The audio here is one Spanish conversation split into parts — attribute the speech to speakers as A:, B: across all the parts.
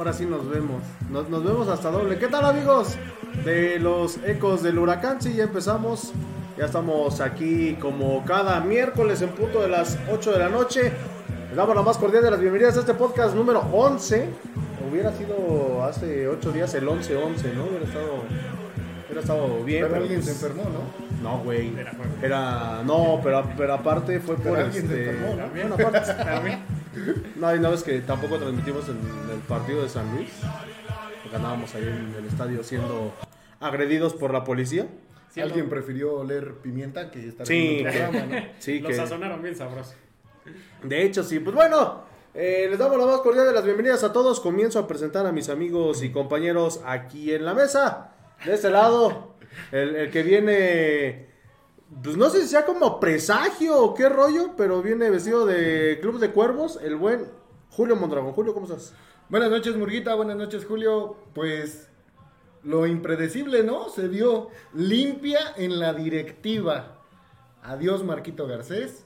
A: ahora sí nos vemos. Nos vemos hasta doble. ¿Qué tal, amigos? De los Ecos del Huracán, sí, ya empezamos. Ya estamos aquí como cada miércoles en punto de las 8 de la noche. Les damos la más cordial de las bienvenidas a este podcast número 11. Hubiera sido hace 8 días el 11-11, ¿no? Hubiera estado bien.
B: Pero alguien se enfermó, ¿no?
A: No, güey. No, pero aparte fue por
B: alguien se enfermó, ¿no?
A: Bueno, aparte. No, y no ves que tampoco transmitimos en el partido de San Luis. Porque andábamos ahí en el estadio siendo agredidos por la policía.
B: Sí, alguien prefirió oler pimienta que estar
A: Sí,
B: en el programa, ¿no?
A: Sí,
C: Lo sazonaron bien sabroso.
A: De hecho, sí. Pues bueno, les damos la más cordial de las bienvenidas a todos. Comienzo a presentar a mis amigos y compañeros aquí en la mesa. De este lado, el que viene, pues no sé si sea como presagio o qué rollo, pero viene vestido de Club de Cuervos, el buen Julio Mondragón. Julio, ¿cómo estás?
B: Buenas noches, Murguita. Buenas noches, Julio. Pues lo impredecible, ¿no? Se dio limpia en la directiva. Adiós, Marquito Garcés.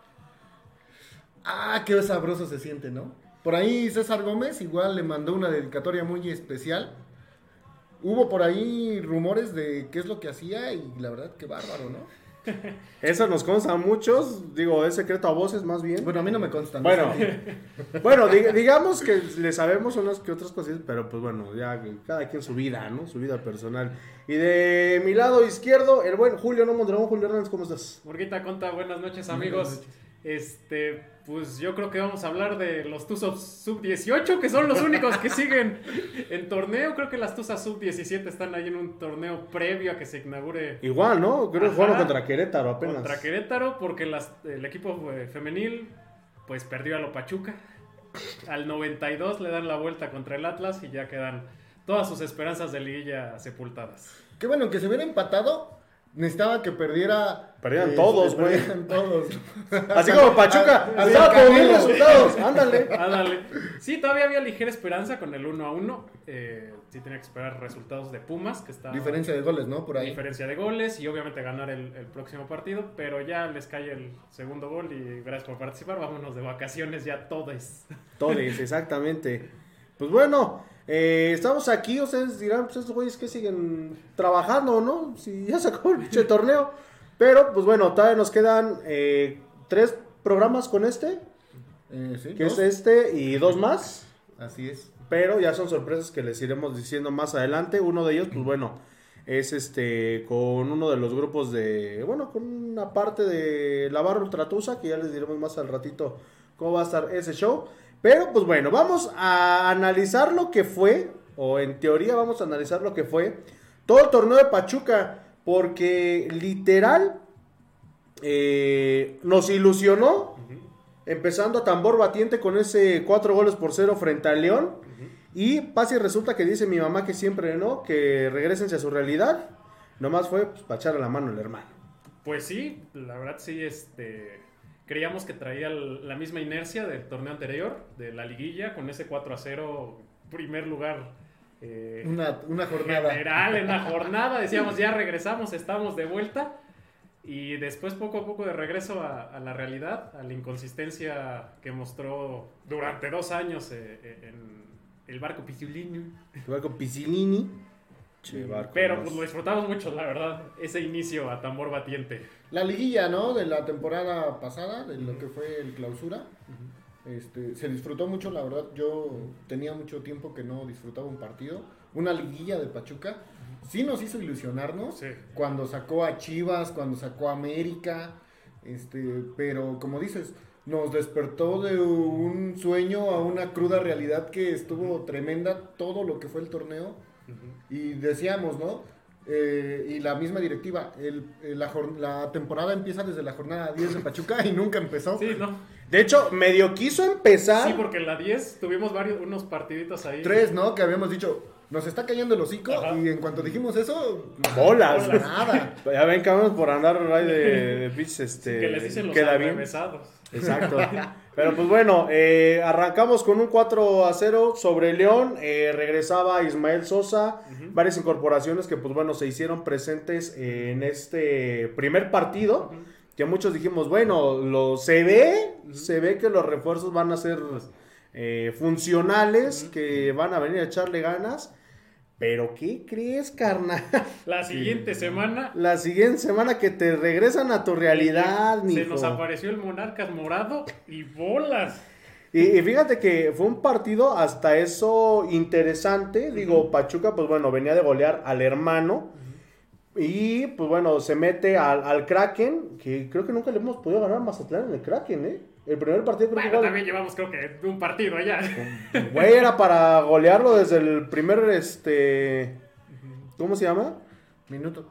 B: Ah, qué sabroso se siente, ¿no? Por ahí César Gómez igual le mandó una dedicatoria muy especial. Hubo por ahí rumores de qué es lo que hacía y la verdad, qué bárbaro, ¿no?
A: Eso nos consta a muchos, digo, es secreto a voces más bien.
B: Bueno, a mí no me consta.
A: Bueno, digamos que le sabemos unas que otras cosas, pero pues bueno, ya cada quien su vida, ¿no? Su vida personal. Y de mi lado izquierdo, el buen Julio Mondragón. Julio Hernández, ¿cómo estás?
C: Murguita Conta, buenas noches, amigos.
B: Buenas noches.
C: Pues yo creo que vamos a hablar de los Tuzos Sub-18, que son los únicos que siguen en torneo. Creo que las Tuzas Sub-17 están ahí en un torneo previo a que se inaugure.
A: Igual, ¿no? Creo que jugaron contra Querétaro apenas.
C: Contra Querétaro, porque el equipo femenil pues perdió a lo Pachuca. Al 92 le dan la vuelta contra el Atlas y ya quedan todas sus esperanzas de liguilla sepultadas.
B: Qué bueno, que se hubiera empatado. Necesitaba que
A: Perdieran todos, güey.
B: Perdieran todos.
A: Así como Pachuca.
B: Así
A: Estaba con
B: Canelo.
A: bien resultados. Ándale.
C: Ándale. Sí, todavía había ligera esperanza con el 1-1. Sí tenía que esperar resultados de Pumas, que está
B: Diferencia de goles, ¿no? Por ahí.
C: diferencia de goles y obviamente ganar el próximo partido, pero ya les cae el segundo gol y gracias por participar. Vámonos de vacaciones ya todos.
A: Todes, exactamente. Pues bueno, estamos aquí. Ustedes dirán, pues estos güeyes que siguen trabajando, ¿no? Si ya se acabó el pinche torneo. Pero, pues bueno, todavía nos quedan 3 programas con este.
B: Sí,
A: Que
B: ¿dos?
A: es este y 2 más.
B: Así es.
A: Pero ya son sorpresas que les iremos diciendo más adelante. Uno de ellos, pues bueno, es con uno de los grupos con una parte de la Barra Ultratusa, que ya les diremos más al ratito cómo va a estar ese show. Pero pues bueno, vamos a analizar lo que fue, o en teoría vamos a analizar lo que fue todo el torneo de Pachuca, porque literal nos ilusionó, empezando a tambor batiente con ese 4-0 frente al León. Y pasa y resulta que dice mi mamá que siempre no, que regresense a su realidad. Nomás fue pues, para echarle la mano al hermano.
C: Pues sí, la verdad sí, creíamos que traía la misma inercia del torneo anterior, de la liguilla, con ese 4-0, primer lugar
B: Una jornada.
C: general en la jornada. Decíamos, ya regresamos, estamos de vuelta. Y después poco a poco de regreso a la realidad, a la inconsistencia que mostró durante 2 años en el barco Pizzolini.
A: Que va con Pizzolini. Che, barco,
C: Pero
A: Dios.
C: pues lo disfrutamos mucho, la verdad, ese inicio a tambor batiente.
B: La liguilla, ¿no? De la temporada pasada, de lo que fue el clausura. Se disfrutó mucho, la verdad. Yo tenía mucho tiempo que no disfrutaba un partido. Una liguilla de Pachuca. Sí nos hizo ilusionarnos.
C: Sí.
B: Cuando sacó a Chivas, cuando sacó a América. Pero como dices, nos despertó de un sueño a una cruda realidad que estuvo tremenda todo lo que fue el torneo. Y decíamos, ¿no? Y la misma directiva, la temporada empieza desde la jornada 10 de Pachuca y nunca empezó.
C: Sí, ¿no?
A: De hecho, medio quiso empezar.
C: Sí, porque en la 10 tuvimos unos partiditos ahí.
B: 3, ¿no? Que habíamos dicho, nos está cayendo el hocico.
C: Ajá.
B: Y en cuanto dijimos eso,
A: Bolas.
B: nada.
A: Ya ven, cabrón, por andar ahí de pitch,
C: Que les dicen los
A: queda bien.
C: arremesados.
A: Exacto. Pero pues bueno, arrancamos con un 4-0 sobre León. Regresaba Ismael Sosa. Varias incorporaciones que pues bueno se hicieron presentes en este primer partido. Que muchos dijimos, bueno, se ve que los refuerzos van a ser funcionales que van a venir a echarle ganas. Pero ¿qué crees, carnal?
C: La siguiente semana
A: La siguiente semana que te regresan a tu realidad, mijo.
C: se nos apareció el Monarcas morado y bolas.
A: Y fíjate que fue un partido hasta eso interesante. Digo, Pachuca, pues bueno, venía de golear al hermano. Y pues bueno, se mete al Kraken, que creo que nunca le hemos podido ganar a Mazatlán en el Kraken, ¿eh? El primer partido creo
C: Bueno, también llevamos creo que un partido allá.
A: Güey, era para golearlo desde el primer, ¿cómo se llama?
B: Minuto.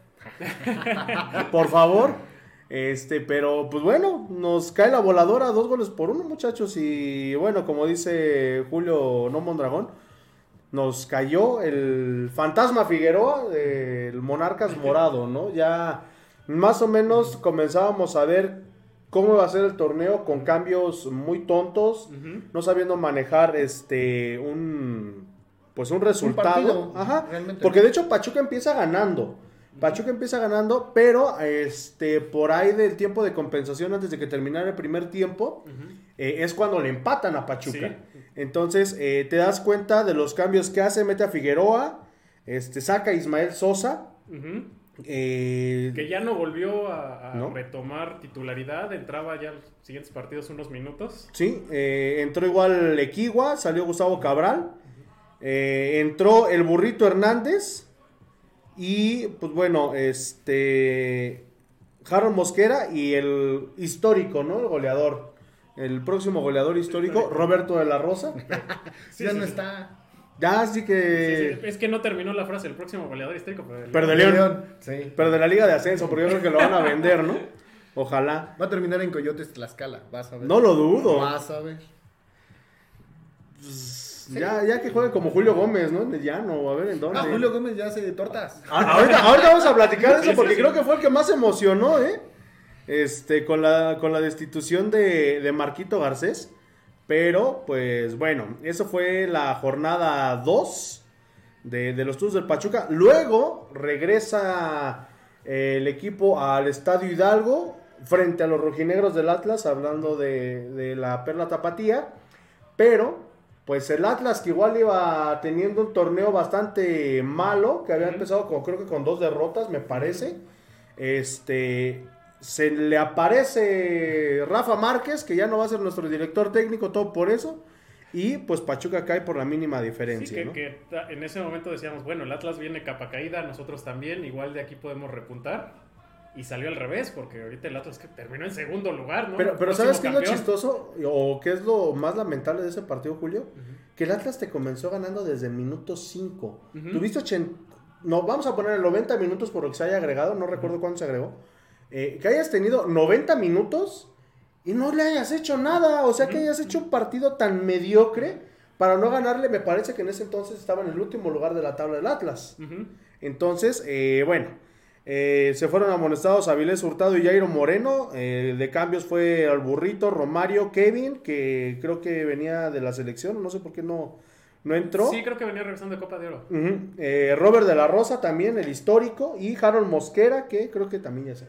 A: Por favor. Pero pues bueno, nos cae la voladora 2-1, muchachos. Y bueno, como dice Julio No Mondragón, nos cayó el fantasma Figueroa del Monarcas morado, ¿no? Ya más o menos comenzábamos a ver cómo va a ser el torneo con cambios muy tontos, no sabiendo manejar un resultado.
B: Un partido,
A: Ajá.
B: realmente.
A: Porque de hecho Pachuca empieza ganando. Pero por ahí del tiempo de compensación antes de que terminara el primer tiempo, es cuando le empatan a Pachuca.
C: Sí.
A: Entonces te das cuenta de los cambios que hace, mete a Figueroa, saca a Ismael Sosa.
C: Que ya no volvió a
A: ¿no?
C: retomar titularidad, entraba ya los siguientes partidos unos minutos.
A: Sí, entró igual Equigua, salió Gustavo Cabral, entró el Burrito Hernández y pues bueno, Harold Mosquera y el histórico, ¿no? El goleador, el próximo goleador histórico, Roberto de la Rosa.
B: Ya no está.
A: Ya, sí que...
C: Sí, es que no terminó la frase, el próximo goleador histórico.
A: Pero de León.
B: Sí.
A: Pero de la Liga de Ascenso, porque yo creo que lo van a vender, ¿no? Ojalá.
B: Va a terminar en Coyotes Tlaxcala, vas a ver.
A: No lo dudo.
B: Vas a ver.
A: Ya que juegue como Julio Gómez, ¿no? En el llano, a ver en dónde.
B: No, Julio Gómez ya hace tortas.
A: Ahorita vamos a platicar de eso porque creo que fue el que más emocionó, ¿eh? Con la destitución de Marquito Garcés. Pero, pues bueno, eso fue la jornada 2 de los Tuzos del Pachuca. Luego regresa el equipo al Estadio Hidalgo frente a los rojinegros del Atlas, hablando de la Perla Tapatía. Pero, pues el Atlas, que igual iba teniendo un torneo bastante malo, que había empezado creo que con 2 derrotas, me parece. Se le aparece Rafa Márquez, que ya no va a ser nuestro director técnico, todo por eso. Y pues Pachuca cae por la mínima diferencia.
C: Sí,
A: ¿no?
C: que en ese momento decíamos, bueno, el Atlas viene capa caída, nosotros también, igual de aquí podemos repuntar. Y salió al revés, porque ahorita el Atlas terminó en segundo lugar, ¿no?
A: Pero
C: Próximo
A: ¿sabes qué es lo
C: campeón.
A: chistoso? O qué es lo más lamentable de ese partido, Julio? Que el Atlas te comenzó ganando desde el minuto 5. Tuviste no, vamos a poner el 90 minutos por lo que se haya agregado, no recuerdo cuándo se agregó. Que hayas tenido 90 minutos y no le hayas hecho nada. O sea, que hayas hecho un partido tan mediocre para no ganarle. Me parece que en ese entonces estaba en el último lugar de la tabla del Atlas. Entonces, se fueron amonestados Avilés Hurtado y Jairo Moreno. De cambios fue al Burrito, Romario, Kevin, que creo que venía de la selección. No sé por qué no entró.
C: Sí, creo que venía regresando de Copa de Oro.
A: Robert de la Rosa también, el histórico. Y Harold Mosquera, que creo que también ya se va.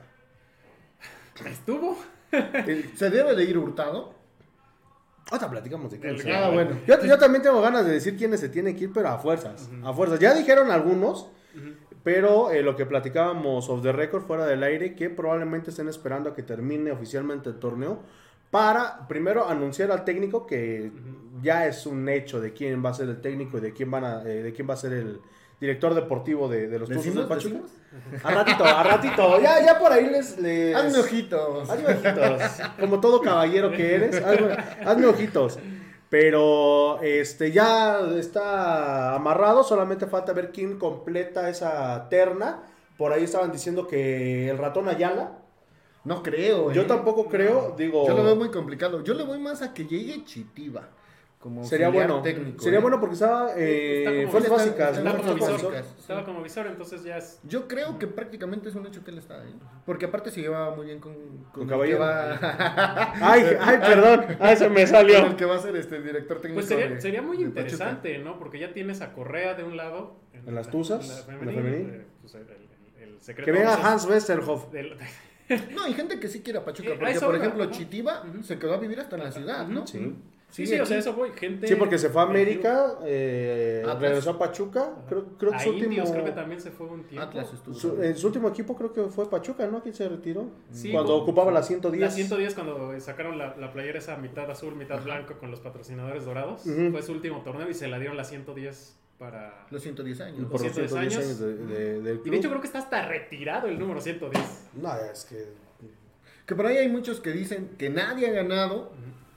C: ¿Estuvo?
B: ¿Se debe de ir Hurtado?
A: Ahora platicamos de quién se
B: Ah,
A: va.
B: bueno.
A: Yo también tengo ganas de decir quiénes se tienen que ir, pero a fuerzas. A fuerzas. Ya dijeron algunos, pero lo que platicábamos off the record, fuera del aire, que probablemente estén esperando a que termine oficialmente el torneo para primero anunciar al técnico, que ya es un hecho de quién va a ser el técnico y de quién va a ser el director deportivo de los Tuzos del Pachuca. A ratito. Ya por ahí les...
B: Hazme ojitos.
A: Hazme ojitos. Como todo caballero que eres, hazme ojitos. Pero ya está amarrado, solamente falta ver quién completa esa terna. Por ahí estaban diciendo que el ratón Ayala.
B: No creo,
A: Yo tampoco creo, digo...
B: Yo lo veo muy complicado. Yo le voy más a que llegue Chitiba. Como
A: sería bueno.
B: técnico,
A: sería bueno porque estaba fuerzas básicas.
C: Estaba
A: ¿no?
C: como visor.
B: básicas,
C: Estaba como visor, entonces ya es...
B: Yo creo que prácticamente es un hecho que él está ahí. Porque aparte se lleva muy bien con el
A: Caballero.
B: que va...
A: Ay, perdón. Se me salió.
B: Con el que va a ser el director técnico.
C: Pues sería muy
B: de
C: interesante,
B: Pachuca.
C: ¿no? Porque ya tienes a Correa de un lado.
A: En las Tuzas,
C: en la
A: en la femenil.
C: pues el secreto.
A: Que venga
C: entonces,
A: Hans Westerhoff.
B: No, hay gente que sí quiere a Pachuca.
C: A
B: Porque,
C: eso
B: por
C: iba,
B: ejemplo,
C: ¿no?
B: Chitiba se quedó a vivir hasta en la ciudad, ¿no?
A: Sí.
C: Sí, o sea, eso voy, gente...
A: Sí, porque se fue a América,
B: Atlas.
A: regresó a Pachuca, creo que
C: A
A: su
C: Indios
A: último...
C: creo que también se fue un tiempo.
B: Atlas estuvo.
A: Su último equipo creo que fue Pachuca, ¿no? Aquí se retiró.
C: Sí,
A: cuando ocupaba la 110.
C: La 110 cuando sacaron la playera esa mitad azul, mitad blanco con los patrocinadores dorados.
A: Ujú.
C: Fue su último torneo y se la dieron la 110 para...
B: Los 110 años.
A: Por los
C: 110
A: 110
C: años.
A: años del club.
C: Y de hecho creo que está hasta retirado el número 110.
A: No, es que...
B: Que por ahí hay muchos que dicen que nadie ha ganado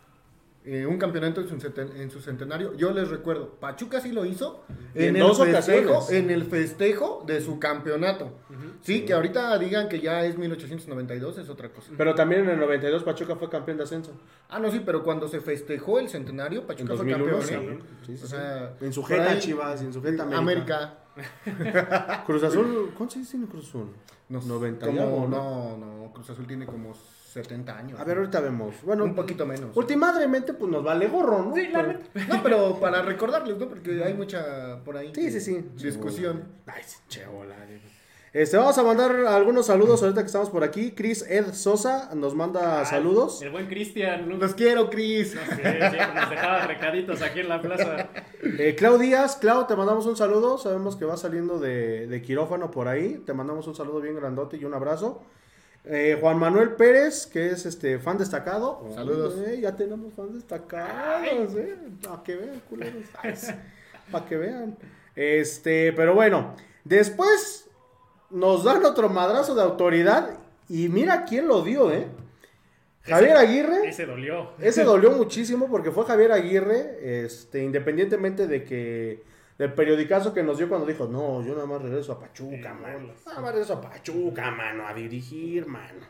B: un campeonato en su centenario. Yo les recuerdo, Pachuca sí lo hizo
A: En dos ocasiones.
B: en el festejo de su campeonato. Sí, que ahorita digan que ya es 1892 es otra cosa.
A: Pero también en el 92 Pachuca fue campeón de ascenso.
B: Ah, no, sí, pero cuando se festejó el centenario,
A: En
B: Pachuca fue
A: 2001,
B: campeón.
A: sí. Sí,
B: O
A: sí,
B: sea,
A: sí. En su
B: por
A: jeta,
B: ahí-
A: Chivas, en su jeta América. Cruz Azul, ¿cuántos años tiene Cruz Azul?
B: No,
A: 90 y
B: como,
A: algo, ¿no?
B: no, Cruz Azul tiene como 70 años.
A: A ver, ahorita vemos. Bueno,
B: un poquito menos.
A: últimamente pues nos vale gorro, ¿no?
C: Sí, la
A: Pero-
C: neta.
B: No, pero para recordarles, ¿no? Porque hay mucha por ahí
A: Sí.
B: discusión.
A: Ay, sí, che, hola. Vamos a mandar algunos saludos ahorita que estamos por aquí. Chris Ed Sosa nos manda saludos.
C: El buen Cristian.
B: Los quiero, Cris.
C: Sí, nos dejaba recaditos aquí en la plaza.
A: Clau Díaz, Clau, te mandamos un saludo. Sabemos que va saliendo de quirófano por ahí. Te mandamos un saludo bien grandote y un abrazo. Juan Manuel Pérez, que es fan destacado.
B: Saludos.
A: Ya tenemos fans destacados, para que vean, culeros. Para que vean. Pero bueno, después nos dan otro madrazo de autoridad. Y mira quién lo dio, Javier Aguirre.
C: Ese dolió.
A: Ese dolió muchísimo porque fue Javier Aguirre, independientemente de que del periodicazo que nos dio cuando dijo, no, yo nada más regreso a Pachuca, mano. Nada más regreso a Pachuca, mano, a dirigir, mano.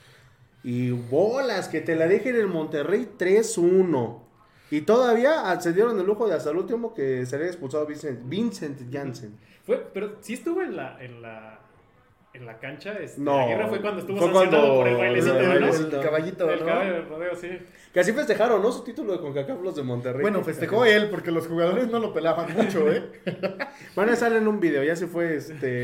A: Y bolas, que te la dejen en el Monterrey 3-1. Y todavía se dieron el lujo de hasta el último que se le había expulsado Vincent Janssen.
C: Pero sí estuvo en la cancha.
A: No.
C: Aguirre fue cuando estuvo
A: Fue
C: sancionado
A: cuando-
C: por el bailecito,
A: el
C: ¿no?
A: bailecito.
B: El caballito,
C: El
B: ¿no?
C: caballo de rodeo, sí.
A: Que así festejaron, ¿no? Su título de CONCACAF los de Monterrey.
B: Bueno, festejó él porque los jugadores no lo pelaban mucho,
A: Van a estar en un video, ya se fue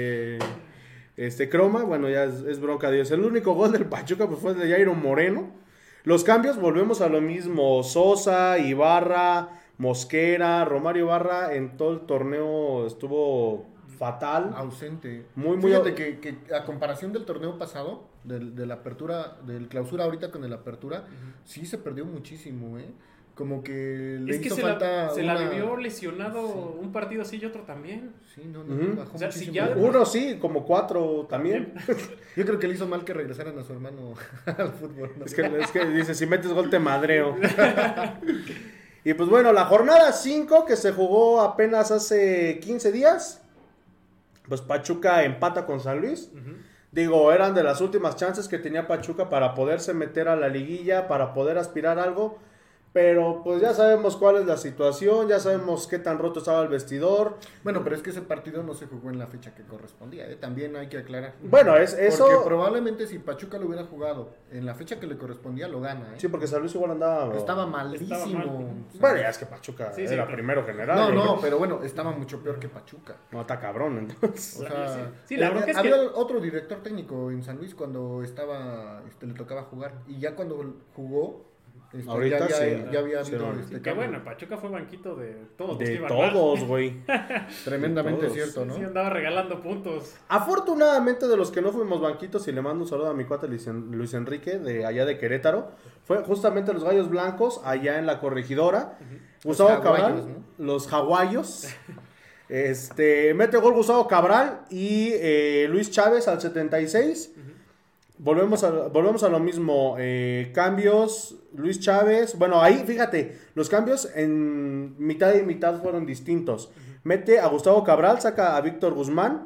A: Croma, bueno, ya es bronca de Dios. El único gol del Pachuca pues, fue el de Jairo Moreno. Los cambios, volvemos a lo mismo. Sosa, Ibarra, Mosquera, Romario Ibarra en todo el torneo estuvo fatal.
B: Ausente.
A: Muy
B: Fíjate que a comparación del torneo pasado, de la apertura, del clausura ahorita con el apertura, sí se perdió muchísimo, Como que le
C: Es que
B: hizo
C: se
B: falta
C: la
B: una-
C: vivió lesionado un partido así y otro también.
B: Sí, no,
A: Ujú.
B: bajó
C: O sea, si
B: muchísimo.
C: ya-
A: Uno sí, como 4 también.
B: Yo creo que le hizo mal que regresaran a su hermano al fútbol, ¿no?
A: Es que dice, si metes gol te madreo. Y pues bueno, la jornada 5 que se jugó apenas hace 15 días, pues Pachuca empata con San Luis. Digo, eran de las últimas chances que tenía Pachuca para poderse meter a la liguilla, para poder aspirar a algo. Pero pues ya sabemos cuál es la situación, ya sabemos qué tan roto estaba el vestidor.
B: Bueno, pero es que ese partido no se jugó en la fecha que correspondía, También hay que aclarar.
A: Bueno, eso...
B: Porque probablemente si Pachuca lo hubiera jugado en la fecha que le correspondía, lo gana,
A: Sí, porque San Luis igual andaba...
B: Estaba malísimo.
C: Estaba mal.
A: Bueno, ya es que Pachuca
C: Sí,
A: era
C: pero-
A: primero general.
B: No,
A: yo creo.
B: no, pero bueno, estaba mucho peor que Pachuca.
A: No, está cabrón, entonces.
B: O sea,
C: Sí, la bronca es
B: había
C: que-
B: otro director técnico en San Luis cuando estaba, le tocaba jugar. Y ya cuando jugó,
A: Ahorita
B: ya,
A: sí.
B: ya había
A: Sí,
B: habido
A: no.
B: este
C: Que
B: cambio.
C: bueno, Pachuca fue banquito de todos los que
A: De
C: iban mal.
A: todos, güey.
B: Tremendamente
A: todos.
B: cierto, ¿no?
C: Sí, andaba regalando puntos.
A: Afortunadamente de los que no fuimos banquitos, y le mando un saludo a mi cuate Luis Enrique, de allá de Querétaro, fue justamente los Gallos Blancos, allá en la Corregidora. Gustavo
B: Jaguayos,
A: Cabral, los Jaguayos. Mete gol Gustavo Cabral y Luis Chávez al 76. Volvemos a lo mismo. Cambios, Luis Chávez. Bueno, ahí fíjate, los cambios en mitad y mitad fueron distintos. Mete a Gustavo Cabral, saca a Víctor Guzmán.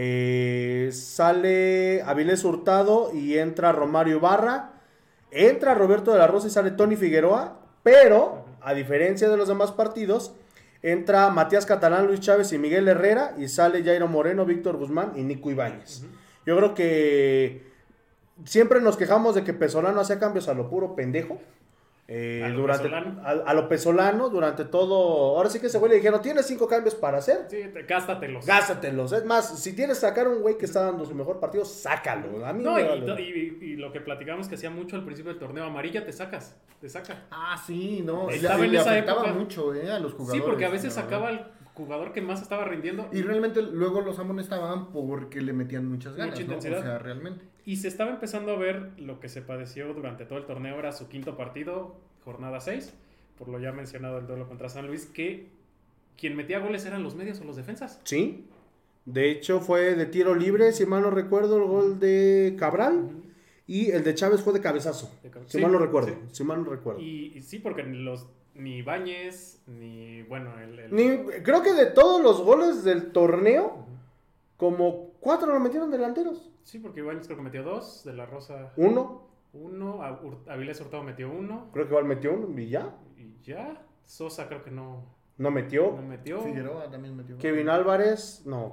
A: Sale Avilés Hurtado y entra Romario Ibarra. Entra Roberto de la Rosa y sale Tony Figueroa. Pero, a diferencia de los demás partidos, entra Matías Catalán, Luis Chávez y Miguel Herrera. Y sale Jairo Moreno, Víctor Guzmán y Nico Ibáñez. Yo creo que siempre nos quejamos de que Pesolano hacía cambios a lo puro pendejo.
C: A lo
A: durante
C: Pesolano.
A: a lo Pesolano durante todo. Ahora sí que ese güey le dijeron, tienes 5 cambios para hacer.
C: Sí, gástatelos.
A: Gástatelos. Es más, si tienes que sacar a un güey que está dando su mejor partido, sácalo. A mí
C: No,
A: me
C: y,
A: vale.
C: y lo que platicamos que hacía mucho al principio del torneo, amarilla te saca.
B: Ah, sí, no.
C: Estaba en
B: le
C: esa
B: afectaba
C: época.
B: mucho a los jugadores.
C: Sí, porque a veces
B: la
C: sacaba
B: verdad.
C: al jugador que más estaba rindiendo
B: Y realmente luego los amonestaban porque le metían muchas ganas,
C: Mucha
B: ¿no?
C: intensidad.
B: O sea, realmente.
C: y se estaba empezando a ver lo que se padeció durante todo el torneo. Era su quinto partido, jornada 6, por lo ya mencionado el duelo contra San Luis, que quien metía goles eran los medios o los defensas.
A: Sí. De hecho, fue de tiro libre, si mal no recuerdo, el gol de Cabral. Y el de Chávez fue de cabezazo. Si
C: Sí,
A: mal no recuerdo.
C: sí.
A: Si mal no recuerdo.
C: Y sí, porque ni Ibáñez, ni bueno,
A: Creo que de todos los goles del torneo, como 4 lo metieron delanteros.
C: Sí, porque Ibáñez creo que metió 2, De La Rosa
A: 1.
C: 1, Avilés Hurtado metió 1,
A: Creo que igual metió 1 y ya.
C: y ya. Sosa creo que no
A: No metió.
C: metió.
B: Figueroa también metió.
A: Kevin Álvarez. No,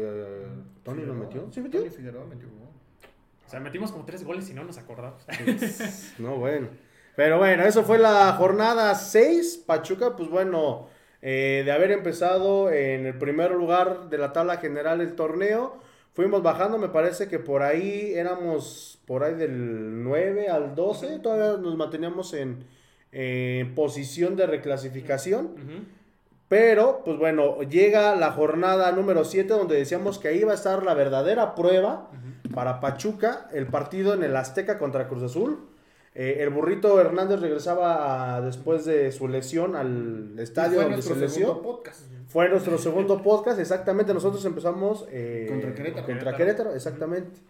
A: Tony no
B: Figueroa.
A: metió. ¿Sí metió?
B: Tony Figueroa metió.
C: O sea, metimos como 3 goles y no nos acordamos.
A: No, bueno. Pero bueno, eso fue la jornada 6. Pachuca, pues bueno, de haber empezado en el primer lugar de la tabla general del torneo, fuimos bajando, me parece que por ahí éramos por ahí del 9 al 12, todavía nos manteníamos en posición de reclasificación.
C: Ujú.
A: Pero, pues bueno, llega la jornada número 7 donde decíamos que ahí iba a estar la verdadera prueba para Pachuca, el partido en el Azteca contra Cruz Azul. El Burrito Hernández regresaba después de su lesión al estadio donde se lesionó.
B: Podcast.
A: Fue nuestro segundo podcast, exactamente. Nosotros empezamos
B: Contra Querétaro.
A: Contra Querétaro, exactamente.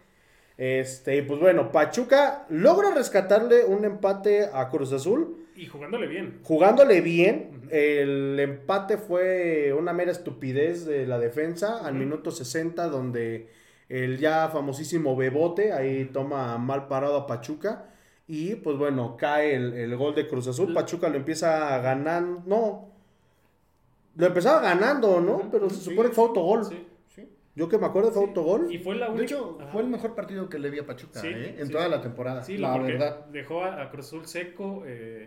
A: Y pues bueno, Pachuca logra rescatarle un empate a Cruz Azul.
C: Y jugándole bien.
A: Jugándole bien, el empate fue una mera estupidez de la defensa al minuto 60, donde el ya famosísimo Bebote ahí toma mal parado a Pachuca y pues bueno, cae el gol de Cruz Azul. Pachuca lo empieza ganando, no, lo empezaba ganando, ¿no? Pero se supone que fue autogol.
C: Sí.
B: Sí.
A: Yo que me acuerdo fue autogol.
C: Y fue la
B: De
C: única.
B: hecho,
C: Ajá.
B: fue el mejor partido que le vi a Pachuca,
C: Sí,
B: en
C: sí,
B: toda
C: sí.
B: la temporada.
C: Sí,
B: la
C: porque
B: verdad.
C: dejó a Cruz Azul seco.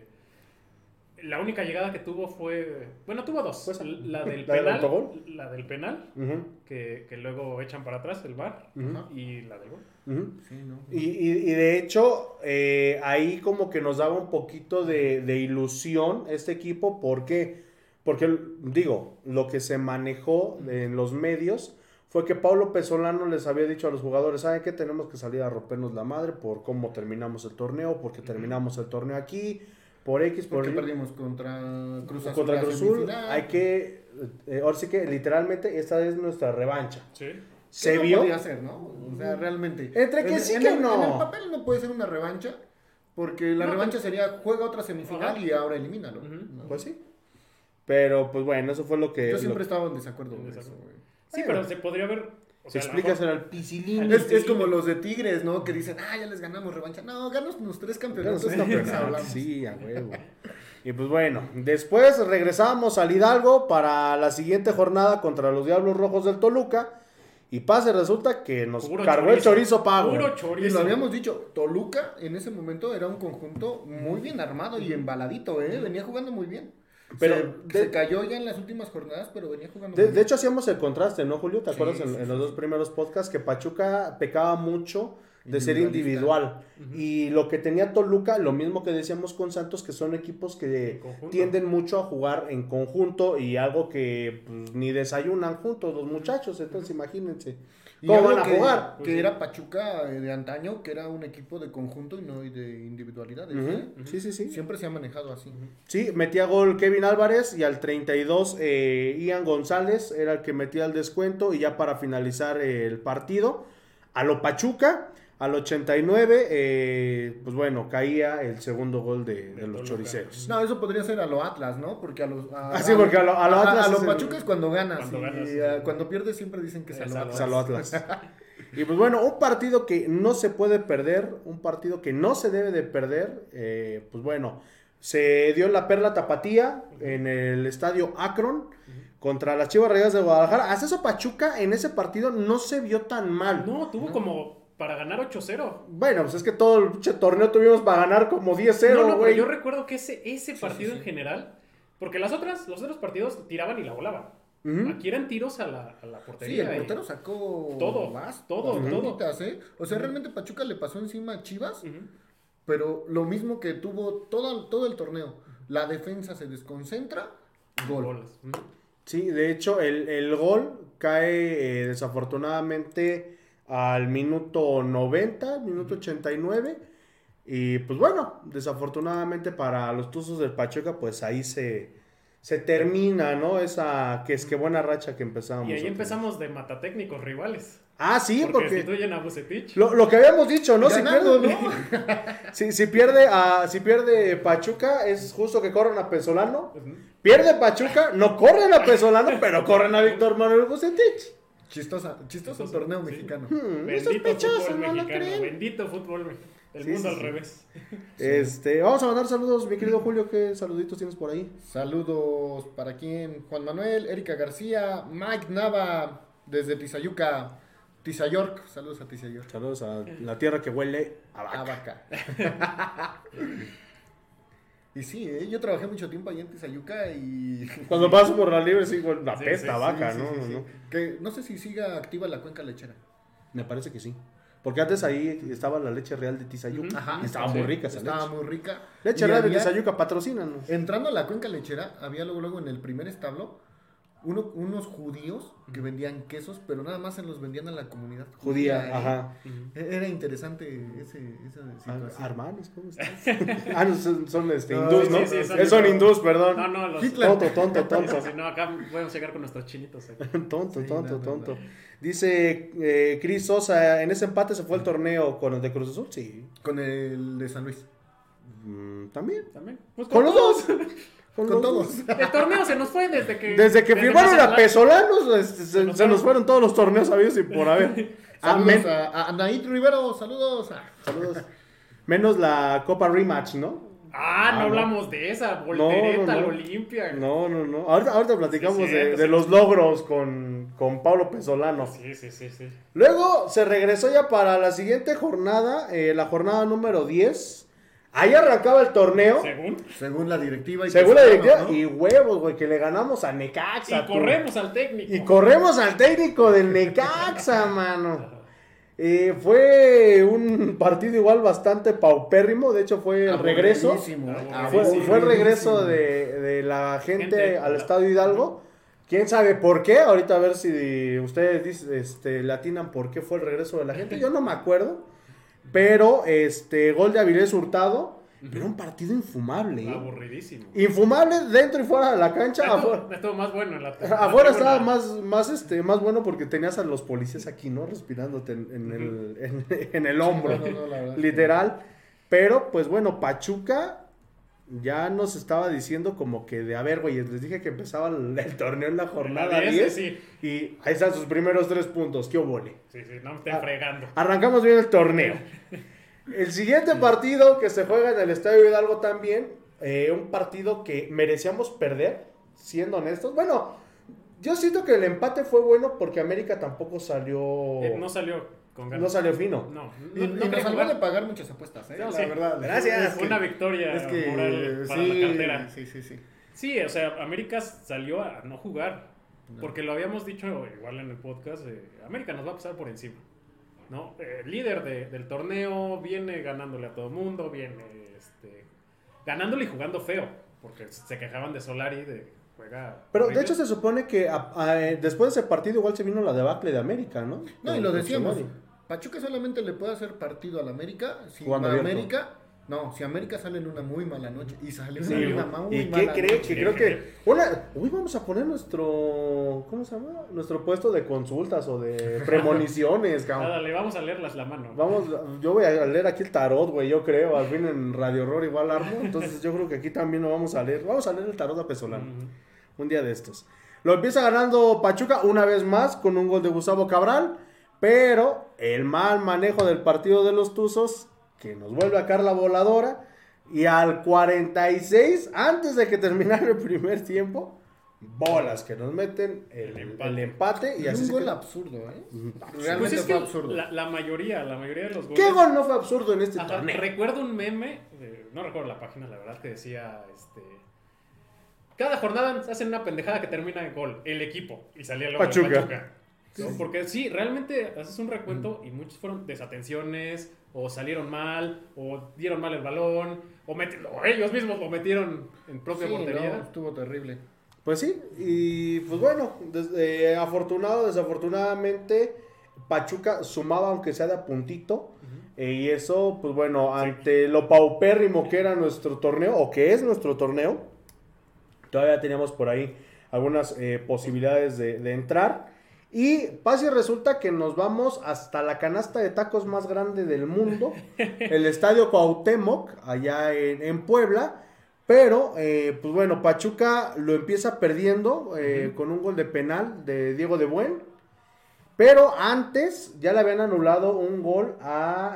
C: La única llegada que tuvo fue. Bueno, tuvo 2.
A: Pues,
C: la del
A: ¿la del
C: penal.
A: autogol?
C: La del penal.
A: Ujú,
C: Que luego echan para atrás el VAR.
A: ujú,
C: Y la del gol.
A: ujú.
B: Sí, ¿no?
A: Y de hecho, ahí como que nos daba un poquito de ilusión este equipo. ¿Por qué? Porque, digo, lo que se manejó en los medios fue que Paulo Pesolano les había dicho a los jugadores, ¿saben qué? Tenemos que salir a rompernos la madre por cómo terminamos el torneo, porque terminamos el torneo aquí, por X, por
B: Porque
A: Y.
B: perdimos contra Cruz Azul.
A: Contra
B: la
A: Cruz Azul,
B: semifinal.
A: hay que, ahora sí que literalmente esta es nuestra revancha.
C: Sí.
A: Se
B: ¿Qué no
A: vio.
B: podía ser, ¿no? O sea, realmente.
A: Entre que sí
B: en
A: que
B: el,
A: no.
B: En el papel no puede ser una revancha, porque la
C: No,
B: revancha sería juega otra semifinal
C: Ajá.
B: y ahora elimínalo.
C: Ujú.
B: ¿no?
A: Pues sí. Pero pues bueno, eso fue lo que...
B: Yo
A: lo-
B: siempre estaba en desacuerdo con eso,
C: desacuerdo.
B: güey.
C: Sí, pero se podría ver. O
A: Se
C: sea, a lo
A: explica
C: mejor-
A: al Piscilín.
B: Es como los de Tigres, ¿no? Que dicen, ya les ganamos revancha. No, ganos los 3 campeonatos. Hablamos.
A: Sí, a huevo. Y pues bueno, después regresamos al Hidalgo para la siguiente jornada contra los Diablos Rojos del Toluca. Y pase, resulta que nos
C: Puro
A: cargó el chorizo pago.
C: Puro
B: Y
C: chorizo.
B: lo habíamos dicho, Toluca en ese momento era un conjunto muy bien armado y embaladito, ¿eh? Venía jugando muy bien.
A: Pero
B: se cayó ya en las últimas jornadas, pero venía jugando muy
A: De
B: bien.
A: hecho, hacíamos el contraste, ¿no, Julio? ¿Te
B: Sí,
A: acuerdas
B: sí,
A: en
B: sí.
A: los 2 primeros podcasts que Pachuca pecaba mucho de ser
B: Individualista.
A: individual? Y lo que tenía Toluca, lo mismo que decíamos con Santos, que son equipos que
C: En conjunto.
A: tienden mucho a jugar en conjunto y algo que pues, ni desayunan juntos los muchachos, entonces imagínense.
B: Y
A: ¿Cómo
B: algo
A: van a
B: que-
A: jugar?
B: Que era Pachuca de antaño, que era un equipo de conjunto y no de individualidades. ¿eh?
A: Ujú. Sí, sí, sí.
B: Siempre se ha manejado así.
A: Sí, metía gol Kevin Álvarez y al 32 Ian González era el que metía el descuento y ya para finalizar el partido. A lo Pachuca, al 89, pues bueno, caía el segundo gol de los
C: Toluca.
A: choriceros.
B: No, eso podría ser a lo Atlas, ¿no? Porque a los...
A: Sí, porque a lo Atlas
B: A lo
A: es el-
B: Pachuca es cuando ganas.
C: Cuando
B: y
C: ganas, sí.
B: cuando pierdes siempre dicen que es a lo Atlas.
A: Salo Atlas. Y pues bueno, un partido que no se puede perder, un partido que no se debe de perder, pues bueno, se dio la perla tapatía en el estadio Akron contra las Chivas Rayadas de Guadalajara. Hasta eso Pachuca en ese partido no se vio tan mal.
C: No, tuvo como para ganar 8-0.
A: Bueno, pues es que todo el pinche torneo tuvimos para ganar como 10-0,
C: No, pero
A: güey.
C: yo recuerdo que ese partido en general, porque los otros partidos tiraban y la volaban.
A: Ujú.
C: Aquí eran tiros a la
B: Sí,
C: portería.
B: el portero sacó
C: todo, todo.
B: bastantitas, ¿eh? O sea, realmente Pachuca le pasó encima a Chivas,
C: Ujú.
B: pero lo mismo que tuvo todo el torneo. La defensa se desconcentra, gol.
C: Goles. Ujú.
A: Sí, de hecho, el gol cae desafortunadamente al minuto 90, minuto 89. Y pues bueno, desafortunadamente para los Tuzos del Pachuca, pues ahí se termina, ¿no? Esa que es que buena racha que empezamos.
C: Y ahí
A: a tener.
C: empezamos de matatécnicos rivales.
A: Ah, sí,
C: Porque
A: porque
C: destituyen a Vucetich.
A: lo que habíamos dicho, ¿no?
B: Ganando,
A: si pierde, si pierde Pachuca, es justo que corran a Pesolano.
C: Ujú.
A: Pierde Pachuca, no corren a Pesolano, pero corren a Víctor Manuel Vucetich.
B: Chistoso torneo
C: Sí.
B: mexicano.
C: Bendito
A: sospechoso,
C: fútbol
A: ¿no lo
C: mexicano.
A: creen?
C: Bendito fútbol mexicano. El
A: Sí,
C: mundo
A: sí,
C: al
A: sí.
C: revés.
A: Vamos a mandar saludos, mi querido Julio. ¿Qué saluditos tienes por ahí?
B: Saludos para quien, Juan Manuel, Erika García, Mike Nava, desde Tizayuca, Tizayork. Saludos a Tizayork.
A: Saludos a la tierra que huele a vaca.
B: Vaca. Y sí, yo trabajé mucho tiempo ahí en Tizayuca y...
A: Cuando paso por la libre, sí, güey, la
C: Sí,
A: pesta
C: sí,
A: vaca,
B: Sí,
A: ¿no?
B: sí,
A: No,
B: sí.
A: no.
B: Que no sé si siga activa la cuenca lechera.
A: Me parece que sí. Porque antes ahí estaba la leche real de Tizayuca.
C: Ujú.
B: Ajá,
A: Y estaba
C: sí,
A: muy rica esa
B: Estaba
A: leche.
B: muy rica.
A: Leche
B: Y
A: real de
B: había-
A: Tizayuca, patrocínanos.
B: Entrando a la cuenca lechera, había luego en el primer establo unos judíos que vendían quesos, pero nada más se los vendían a la comunidad
A: Judía,
B: ¿eh?
A: ajá.
B: Era interesante esa situación.
A: Hermanos, ¿cómo estás? Ah, no, son
B: No,
A: hindús, ¿no?
C: sí, sí,
A: Son hindús, perdón.
C: No, los...
B: Hitler.
A: Tonto.
C: Sí, no, acá podemos llegar con nuestros chinitos.
A: Tonto.
B: Sí, no.
A: Dice Cris Sosa, en ese empate se fue el torneo con el de Cruz Azul. Sí.
B: Con el de San Luis.
A: También.
C: También. Pues
A: Con los dos.
B: Con
A: los
B: todos.
C: El torneo se nos fue desde que...
A: Desde que firmaron a
C: Mazatlán.
A: Pesolanos, se nos fueron todos los torneos sabidos y por haber.
B: Saludos a Anaid Rivero, saludos.
A: Saludos. Menos la Copa Rematch, ¿no?
C: No
A: no.
C: hablamos de esa. Voltereta,
A: No.
C: al Olimpia.
A: No. Ahorita platicamos
C: Sí, cierto,
A: de
C: sí.
A: los logros con Pablo Pesolano.
C: Sí.
A: Luego se regresó ya para la siguiente jornada, la jornada número 10. Ahí arrancaba el torneo.
B: Según la directiva.
A: Según la directiva.
B: ¿no?
A: Y huevos, güey, que le ganamos a Necaxa.
C: Y corremos al técnico.
A: Y corremos al técnico del Necaxa, mano. Fue un partido igual bastante paupérrimo. De hecho, fue el regreso. Fue el regreso de la gente al Estadio Hidalgo. ¿Quién sabe por qué? Ahorita a ver si ustedes le atinan por qué fue el regreso de la gente. Yo no me acuerdo. Pero gol de Avilés Hurtado. Pero un partido infumable.
C: Aburridísimo.
A: Infumable dentro y fuera de la cancha.
C: Estuvo más bueno en la
A: Afuera estaba
C: tribuna.
A: más bueno porque tenías a los policías aquí, ¿no? Respirándote en el hombro.
B: No, la verdad.
A: Literal. Pero, pues bueno, Pachuca ya nos estaba diciendo como que de, a ver, güey, les dije que empezaba el torneo en la jornada 10.
C: Sí.
A: Y ahí están sus primeros 3 puntos. ¡Qué obole!
C: Sí, no me estén fregando.
A: Arrancamos bien el torneo. El siguiente partido que se juega en el Estadio Hidalgo también, un partido que merecíamos perder, siendo honestos. Bueno, yo siento que el empate fue bueno porque América tampoco salió...
C: No salió con ganas.
A: No salió fino.
C: No
B: Y nos
C: quería
B: salvó
C: jugar.
B: de pagar muchas apuestas,
C: No,
B: la
C: sí.
B: verdad.
A: Gracias.
C: Fue una victoria
B: Es que
C: moral para la cartera.
B: Sí.
C: Sí, o sea, América salió a no jugar. Porque lo habíamos dicho igual en el podcast. América nos va a pasar por encima. ¿No? El líder del torneo viene ganándole a todo el mundo. Viene ganándole y jugando feo. Porque se quejaban de Solari. Juega
A: Pero
C: horrible.
A: de hecho se supone que después de ese partido igual se vino la debacle de América, ¿no?
B: No, y lo
A: Con
B: decíamos.
A: Solari.
B: Pachuca solamente le puede hacer partido al América si
A: Jugando abierto.
B: si América sale en una muy mala noche y salió
A: Sí,
B: en una muy
A: ¿y
B: mala
A: qué cree?
B: noche.
A: Que creo que uy, vamos a poner nuestro, ¿cómo se llama? Nuestro puesto de consultas o de premoniciones, cabrón.
C: Dale, vamos a leerlas la mano.
A: Yo voy a leer aquí el tarot, güey, yo creo, al fin en Radio Horror igual armo, entonces yo creo que aquí también lo vamos a leer el tarot a Pesolano, un día de estos. Lo empieza ganando Pachuca una vez más con un gol de Gustavo Cabral, pero el mal manejo del partido de los Tuzos, que nos vuelve a caer la voladora, y al 46, antes de que terminara el primer tiempo, Bolas que nos meten el empate y
B: Y
A: así
B: un
A: se
B: gol
A: queda.
B: absurdo, ¿eh?
C: Pues
B: Realmente
C: es
B: fue
C: que
B: absurdo.
C: la mayoría de los goles.
A: ¿Qué gol no fue absurdo en este
C: Ajá,
A: torneo?
C: recuerdo un meme, no recuerdo la página, la verdad, que decía, cada jornada hacen una pendejada que termina en gol, el equipo, y salía el logo de
A: Pachuca.
C: Pachuca. ¿No? Porque sí, realmente haces un recuento y muchos fueron desatenciones, o salieron mal, o dieron mal el balón, o ellos mismos lo metieron en propia
B: Sí,
C: portería.
B: no, estuvo terrible.
A: Pues sí, y pues bueno, desafortunadamente, Pachuca sumaba aunque sea de a puntito. Y eso, pues bueno, ante lo paupérrimo que era nuestro torneo, o que es nuestro torneo, todavía teníamos por ahí algunas posibilidades de entrar. Y pasa y resulta que nos vamos hasta la canasta de tacos más grande del mundo, el Estadio Cuauhtémoc, allá en Puebla. Pero, pues bueno, Pachuca lo empieza perdiendo con un gol de penal de Diego de Buen. Pero antes ya le habían anulado un gol a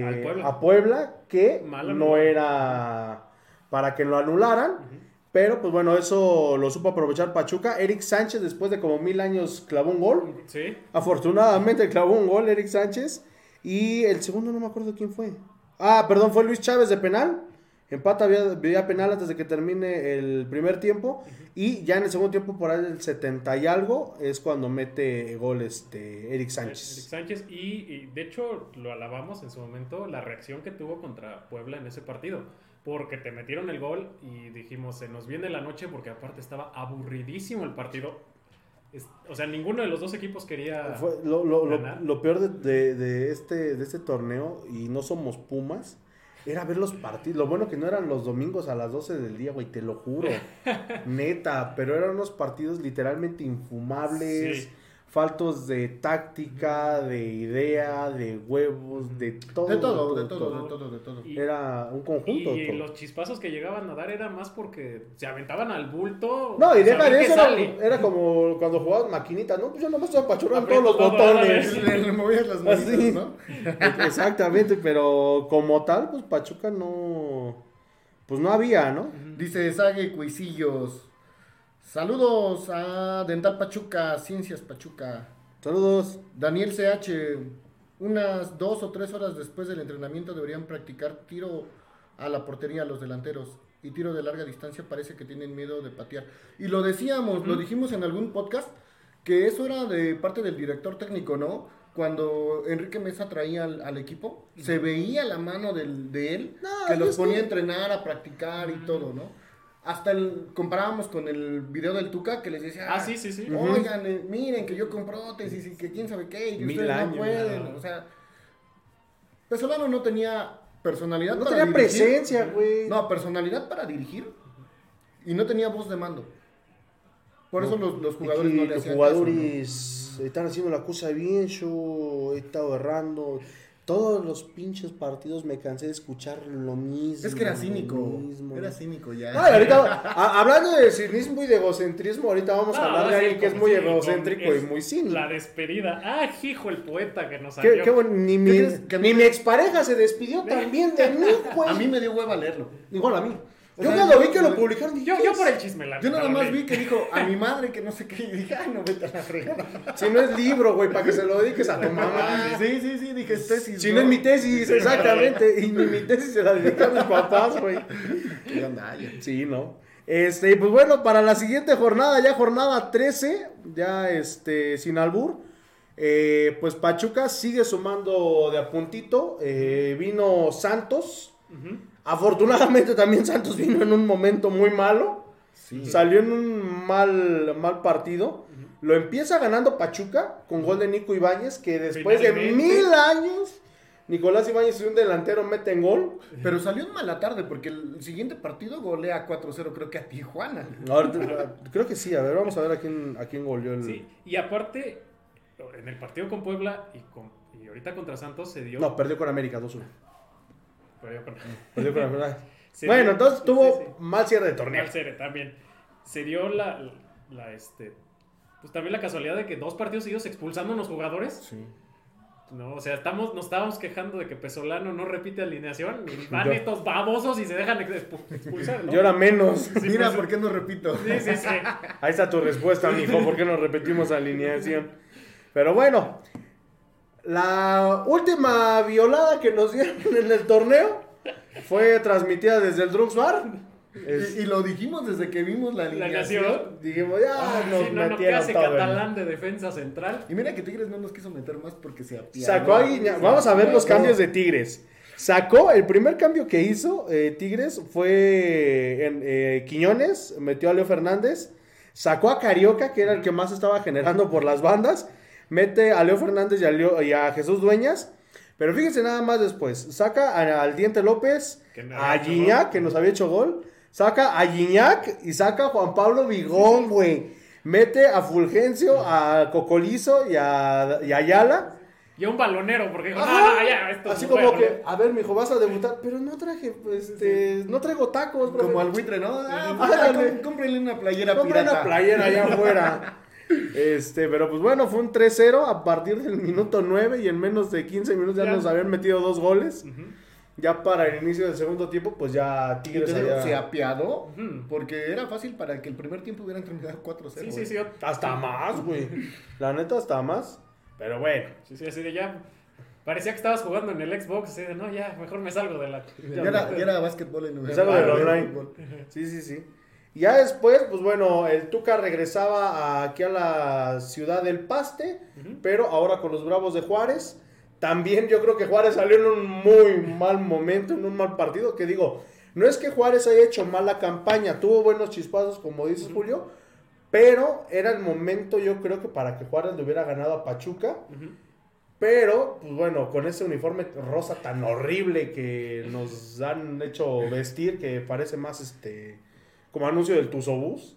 A: Puebla que no era para que lo anularan. Pero pues bueno, eso lo supo aprovechar Pachuca. Eric Sánchez, después de como 1000 años, clavó un gol.
C: Sí.
A: Afortunadamente clavó un gol Eric Sánchez. Y el segundo no me acuerdo quién fue. Perdón, fue Luis Chávez de penal. Empata vía penal antes de que termine el primer tiempo. Y ya en el segundo tiempo, por ahí del 70 y algo, es cuando mete gol Eric Sánchez.
C: Eric Sánchez, y de hecho lo alabamos en su momento, la reacción que tuvo contra Puebla en ese partido. Porque te metieron el gol y dijimos, se nos viene la noche, porque aparte estaba aburridísimo el partido. O sea, ninguno de los dos equipos quería
A: Fue
C: ganar.
A: lo peor de este torneo, y no somos Pumas, era ver los partidos. Lo bueno que no eran los domingos a las 12 del día, güey, te lo juro. Neta, pero eran unos partidos literalmente infumables.
C: Sí.
A: Faltos de táctica, de idea, de huevos, de todo.
B: De todo.
A: Era un conjunto.
C: Y
A: todo.
C: los chispazos que llegaban a dar era más porque se aventaban al bulto.
A: No, y deja de eso,
C: sale.
A: era como cuando jugabas maquinita, ¿no? Pues yo nomás estoy apachurrando todos
C: Aprieto
A: los
C: todo,
A: botones.
B: Le movías las manitas,
A: Así.
B: ¿no?
A: Exactamente, pero como tal, pues Pachuca no... Pues no había, ¿no?
B: Dice Sague Cuisillos. Saludos a Dental Pachuca, Ciencias Pachuca.
A: Saludos.
B: Daniel CH. Unas 2 o 3 horas después del entrenamiento deberían practicar tiro a la portería los delanteros. Y tiro de larga distancia, parece que tienen miedo de patear. Y lo decíamos, lo dijimos en algún podcast, que eso era de parte del director técnico, ¿no? Cuando Enrique Mesa traía al equipo, se veía la mano de él, que los ponía a entrenar, a practicar y todo, ¿no? Hasta comparábamos con el video del Tuca, que les decía,
C: Sí.
B: oigan, miren que yo con prótesis y que quién sabe qué, y que
A: 1000
B: ustedes
A: años,
B: no pueden, o sea, Pesolano no tenía personalidad
A: No
B: para
A: tenía
B: dirigir.
A: presencia, güey.
B: No, personalidad para dirigir, y no tenía voz de mando. Por eso los jugadores no le
A: los
B: hacían
A: jugadores están haciendo la cosa bien, yo he estado errando. Todos los pinches partidos me cansé de escuchar lo mismo.
B: Es que era cínico,
A: lo mismo.
B: era cínico ya.
A: No, y ahorita, hablando de cinismo y de egocentrismo, ahorita vamos a hablar de alguien que es muy egocéntrico y muy cínico.
C: La despedida. Hijo, el poeta que nos
A: Qué
C: salió.
A: bueno, ni mi expareja se despidió también de mí, güey.
B: A mí me dio hueva leerlo.
A: Igual a mí.
B: O
A: Yo
B: sea,
A: cuando vi que lo publicaron, dije,
C: Yo por el chisme,
B: Yo nada más vi que dijo a mi madre que no sé qué, y dije, no, vete a la fregada.
A: si no es libro, güey, para que se lo dediques a tu mamá.
B: Sí, dije, es tesis.
A: Si no es mi tesis, exactamente. Y mi tesis se la dediqué a mis papás, güey.
B: ¿Qué onda?
A: Sí, ¿no? Pues bueno, para la siguiente jornada, ya jornada 13, ya sin albur, pues Pachuca sigue sumando de a puntito. Vino Santos. Afortunadamente también Santos vino en un momento muy malo.
B: Sí.
A: Salió en un mal partido. Lo empieza ganando Pachuca con gol de Nico Ibáñez, que después de 1000 años Nicolás Ibáñez y un delantero meten gol.
B: Pero salió en mala tarde porque el siguiente partido golea 4-0 creo que a Tijuana.
A: Creo que sí, a ver, vamos a ver a quién goleó el...
C: Sí, y aparte, en el partido con Puebla y ahorita contra Santos se dio...
A: No, perdió con América 2-1. Perdió con América.
C: Se
A: Bueno,
C: dio-
A: entonces tuvo
C: sí.
A: mal cierre de torneo.
C: Al Cere también. Se dio pues también la casualidad de que 2 partidos seguidos expulsando a los jugadores.
A: Sí.
C: No, o sea, nos estábamos quejando de que Pesolano no repite alineación y van estos babosos y se dejan expulsar, ¿no?
A: Yo era menos.
B: Sí, mira, ¿por qué no repito?
C: Sí.
A: Ahí está tu respuesta, mijo, ¿por qué no repetimos alineación? Pero bueno, la última violada que nos dieron en el torneo fue transmitida desde el Drux Bar.
B: Y lo dijimos desde que vimos la alineación.
A: Dijimos, ya nos metieron
C: ¿qué hace
A: todo.
C: Catalán de defensa central?
B: Y mira que Tigres no nos quiso meter más porque se apiadó.
A: Sacó a Guiñac. Vamos a ver los cambios de Tigres. Sacó, el primer cambio que hizo Tigres fue en Quiñones, metió a Leo Fernández, sacó a Carioca, que era el que más estaba generando por las bandas, mete a Leo Fernández y a Jesús Dueñas, pero fíjense nada más después, saca al Diente López, a Guiñac, que nos había hecho gol, saca a Guiñac y saca a Juan Pablo Vigón, güey, mete a Fulgencio, a Cocolizo y a Ayala.
C: Y a un balonero, porque dijo, esto
A: así
C: es
A: como
C: bueno.
A: que, a ver, mijo, vas a debutar, pero no traje, no traigo tacos, profe.
B: Como al buitre, ¿no? Cómprenle una playera
A: Compra
B: pirata.
A: una playera allá afuera. Pero pues bueno, fue un 3-0 a partir del minuto 9 y en menos de 15 minutos ya nos habían metido 2 goles. Ya para el inicio del segundo tiempo, pues ya Tigres
B: se apiadó porque era fácil para que el primer tiempo hubieran terminado 4-0.
C: Sí.
A: Hasta más, güey. La neta, hasta más. Pero bueno.
C: Sí, así de ya. Parecía que estabas jugando en el Xbox, así de no, ya, mejor me salgo de la.
B: Ya era básquetbol en
A: lugar de online. Sí. Ya después, pues bueno, el Tuca regresaba aquí a la ciudad del Paste, pero ahora con los Bravos de Juárez. También yo creo que Juárez salió en un muy mal momento, en un mal partido, que digo, no es que Juárez haya hecho mala campaña, tuvo buenos chispazos, como dices Julio, pero era el momento, yo creo que para que Juárez le hubiera ganado a Pachuca. Pero, pues bueno, con ese uniforme rosa tan horrible que nos han hecho vestir, que parece más como anuncio del Tuzobús.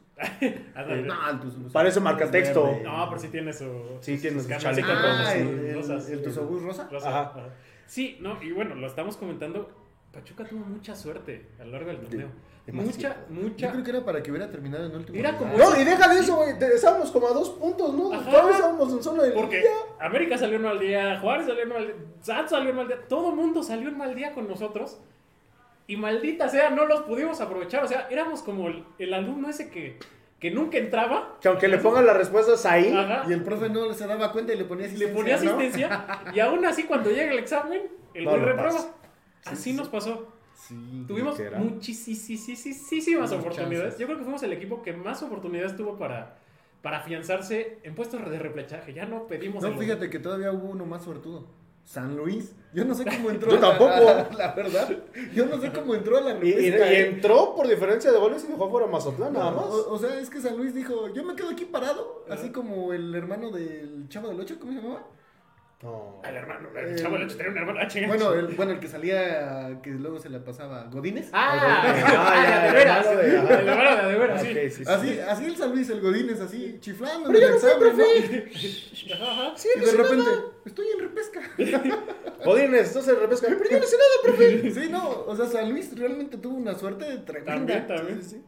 A: Parece marcatexto.
C: No, pero sí tiene su
A: chaleco
B: el Tuzobús rosa.
A: Ajá.
C: Sí, no, y bueno, lo estamos comentando. Pachuca tuvo mucha suerte a lo largo del torneo. Mucha.
B: Yo creo que era para que hubiera terminado en último
C: lugar.
A: No, y deja de eso, güey. Estábamos como a 2 puntos, ¿no? Todos estábamos en zona de
C: porque América salió en mal día, Juárez salió en mal día, Santos salió en mal día. Todo el mundo salió en mal día con nosotros. Y maldita sea, no los pudimos aprovechar. O sea, éramos como el alumno ese que nunca entraba.
A: Que aunque le pongan las respuestas ahí.
B: Y el profe no se daba cuenta y le ponía
C: asistencia. ¿No? Y aún así, cuando llega el examen, el güey reprueba. Así nos pasó.
B: Sí,
C: tuvimos muchísimas oportunidades. Yo creo que fuimos el equipo que más oportunidades tuvo para afianzarse en puestos de repechaje. Ya no pedimos.
B: No, fíjate que todavía hubo uno más suertudo. San Luis. Yo no sé cómo entró.
A: Yo tampoco.
B: La verdad. Yo no sé cómo entró a la
A: repesca. Y entró por diferencia de goles y dejó fuera Mazatlán, nada más.
B: O sea, es que San Luis dijo, yo me quedo aquí parado. Así como el hermano del Chavo del Ocho, ¿cómo se llamaba?
C: No. El hermano, el Chavo del Ocho tenía un hermano.
B: Bueno, el que salía, que luego se la pasaba, Godínez.
C: De veras. El hermano de veras, sí.
B: Así el San Luis, el Godínez, así, chiflando.
A: Pero yo no soy
B: profe. Sí, y de repente, estoy en repesca.
A: Godínez, estás en repesca. Pero yo no sé nada, profe.
B: Sí, no, o sea, San Luis realmente tuvo una suerte tremenda.
C: También.
A: Sí.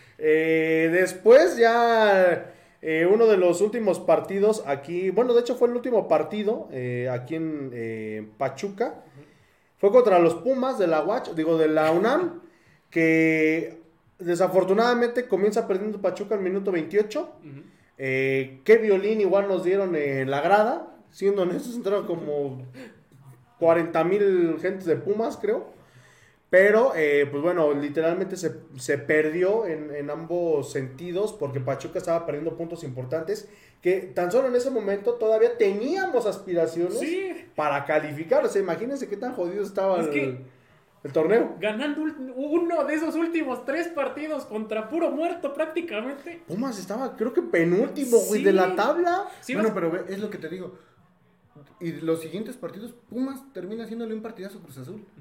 A: Después ya... uno de los últimos partidos aquí, bueno, de hecho fue el último partido aquí en Pachuca, fue contra los Pumas de la UNAM, que desafortunadamente comienza perdiendo Pachuca al minuto 28. Qué violín igual nos dieron en la grada, siendo honestos, entraron como 40,000 gentes de Pumas, creo. Pero, pues bueno, literalmente se perdió en ambos sentidos porque Pachuca estaba perdiendo puntos importantes que tan solo en ese momento todavía teníamos aspiraciones para calificar. O sea, imagínense qué tan jodido estaba el torneo.
C: Ganando uno de esos últimos 3 partidos contra puro muerto prácticamente.
A: Pumas estaba, creo que penúltimo, güey, de la tabla.
B: Sí, bueno, pero es lo que te digo. Y los siguientes partidos, Pumas termina haciéndole un partidazo a Cruz Azul.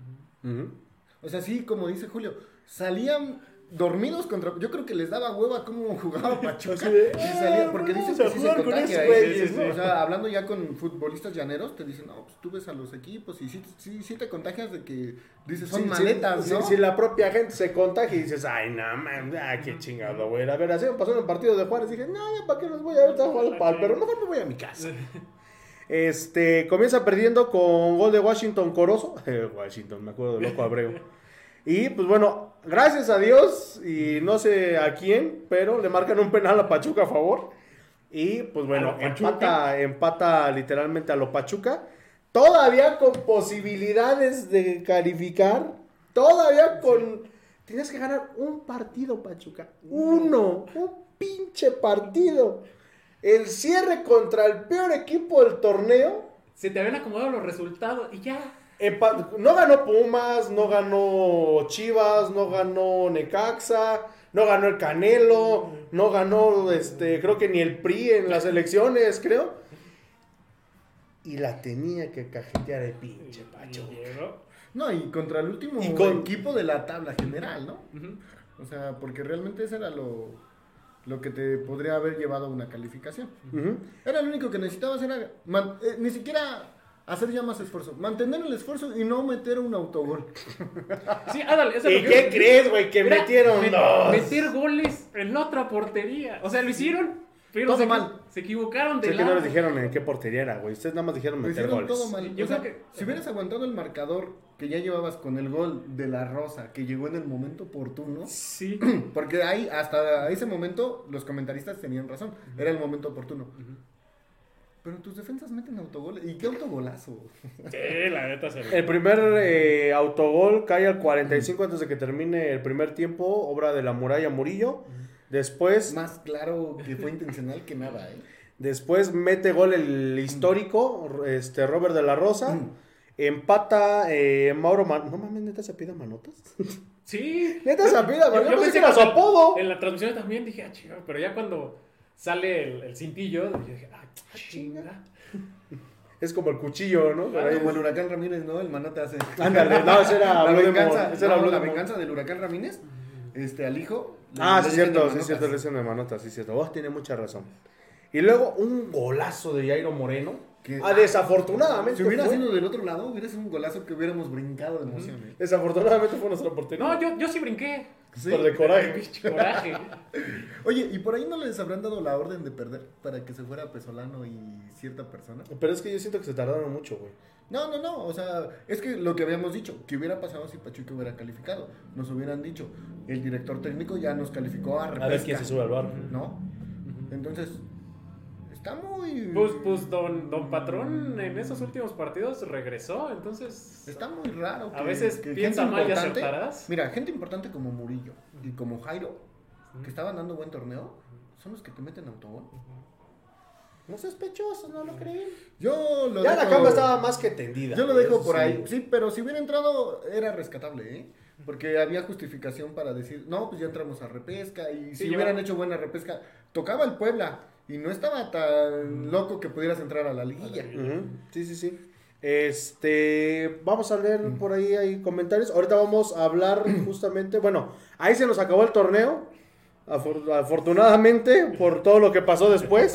B: O sea, sí, como dice Julio, salían dormidos contra... Yo creo que les daba hueva cómo jugaba Pachuca. Porque dicen que sí se contagia. O sea, hablando ya con futbolistas llaneros, te dicen, no, pues tú ves a los equipos y sí te contagias de que dices, son maletas, ¿no?
A: Si la propia gente se contagia y dices, ay, no, man, qué chingado, güey. A ver, así me pasó en el partido de Juárez. Dije, no, ¿para qué los voy a ver? Estaba jugando pal, pero mejor me voy a mi casa. Comienza perdiendo con gol de Washington Corozo. Washington, me acuerdo de Loco Abreu. Y pues bueno, gracias a Dios y no sé a quién, pero le marcan un penal a Pachuca a favor. Y pues bueno, empata literalmente a lo Pachuca. Todavía con posibilidades de calificar. Todavía con... Tienes que ganar un partido, Pachuca. Un pinche partido. El cierre contra el peor equipo del torneo.
C: Se te habían acomodado los resultados y ya.
A: No ganó Pumas, no ganó Chivas, no ganó Necaxa, no ganó el Canelo, no ganó, creo que ni el PRI en las elecciones, creo. Y la tenía que cajetear el pinche Pachuca.
B: No, y contra el último equipo de la tabla general, ¿no? O sea, porque realmente eso era lo que te podría haber llevado a una calificación. Era lo único que necesitabas, era ni siquiera hacer ya más esfuerzo, mantener el esfuerzo y no meter un autogol.
C: Sí, ándale,
A: ¿Y qué crees, güey? Que metieron dos.
C: Meter goles en otra portería. O sea, lo hicieron, pero
B: todo mal.
C: Se equivocaron de
A: Sé que
C: lado.
A: no les dijeron en qué portería era, güey. Ustedes nada más dijeron meter
B: hicieron
A: goles.
B: todo mal.
C: Yo
B: O sea,
C: creo que...
B: si hubieras aguantado el marcador que ya llevabas con el gol de la Rosa, que llegó en el momento oportuno.
C: Sí.
B: Porque ahí, hasta ese momento, los comentaristas tenían razón. Era el momento oportuno. Pero tus defensas meten autogoles. ¿Y qué autogolazo?
C: Sí, la neta se
A: El primer autogol cae al 45 antes de que termine el primer tiempo, obra de la Muralla Murillo. Después,
B: Más claro que fue intencional que nada, ¿eh?
A: después mete gol el histórico, Robert de la Rosa. Empata Mauro No mames, ¿neta se pide Manotas?
C: Sí.
A: ¿Neta se pide Manotas? Yo pensé que era su
C: en-
A: apodo.
C: En la transmisión también dije, chido, pero ya cuando sale el cintillo, yo dije, chinga.
A: Es como el cuchillo, ¿no? Por ahí.
B: Como el Huracán Ramírez, ¿no? El Manota hace...
A: Ándale, no, ese era
B: la
A: Blue
B: venganza,
A: Demon, ese era Blue
B: la
A: Demon.
B: venganza del Huracán Ramírez, al hijo.
A: Ah,
B: le
A: sí,
B: dicen de
A: cierto, sí,
B: Manotas.
A: cierto, le dicen de Manotas, sí, cierto. Vos tiene mucha razón. Y luego un golazo de Jairo Moreno. Desafortunadamente.
B: Si hubiera
A: fue.
B: sido del otro lado, hubiera sido un golazo que hubiéramos brincado de emoción. ¿Eh?
A: Desafortunadamente fue nuestra portería.
C: No, yo sí brinqué.
B: Sí.
A: Por de coraje.
C: Coraje.
B: Oye, ¿y por ahí no les habrán dado la orden de perder para que se fuera Pesolano y cierta persona?
A: Pero es que yo siento que se tardaron mucho, güey.
B: No, o sea, es que lo que habíamos dicho, que hubiera pasado si Pachuca hubiera calificado. Nos hubieran dicho, el director técnico ya nos calificó a repesca.
A: A ver quién se sube al bar.
B: ¿No? Entonces, está muy...
C: Pues don Patrón en esos últimos partidos regresó, entonces...
B: Está muy raro.
C: A veces piensa
B: gente
C: mal y
B: importante-
C: acertarás.
B: Mira, gente importante como Murillo y como Jairo, que estaban dando buen torneo, son los que te meten autogol.
A: No sospechoso, no lo creen.
B: Yo lo
A: Ya
B: dejo...
A: la cama estaba más que tendida.
B: Yo lo dejo
A: Eso
B: por
A: sí.
B: ahí. Sí, pero si hubiera entrado, era rescatable, ¿eh? Porque había justificación para decir, no, pues ya entramos a repesca. Y si
C: Sí,
B: hubieran hecho buena repesca, tocaba el Puebla. Y no estaba tan loco que pudieras entrar a la liguilla.
A: Ujú, sí. Vamos a leer por ahí hay comentarios. Ahorita vamos a hablar justamente. Bueno, ahí se nos acabó el torneo. Afortunadamente, por todo lo que pasó después.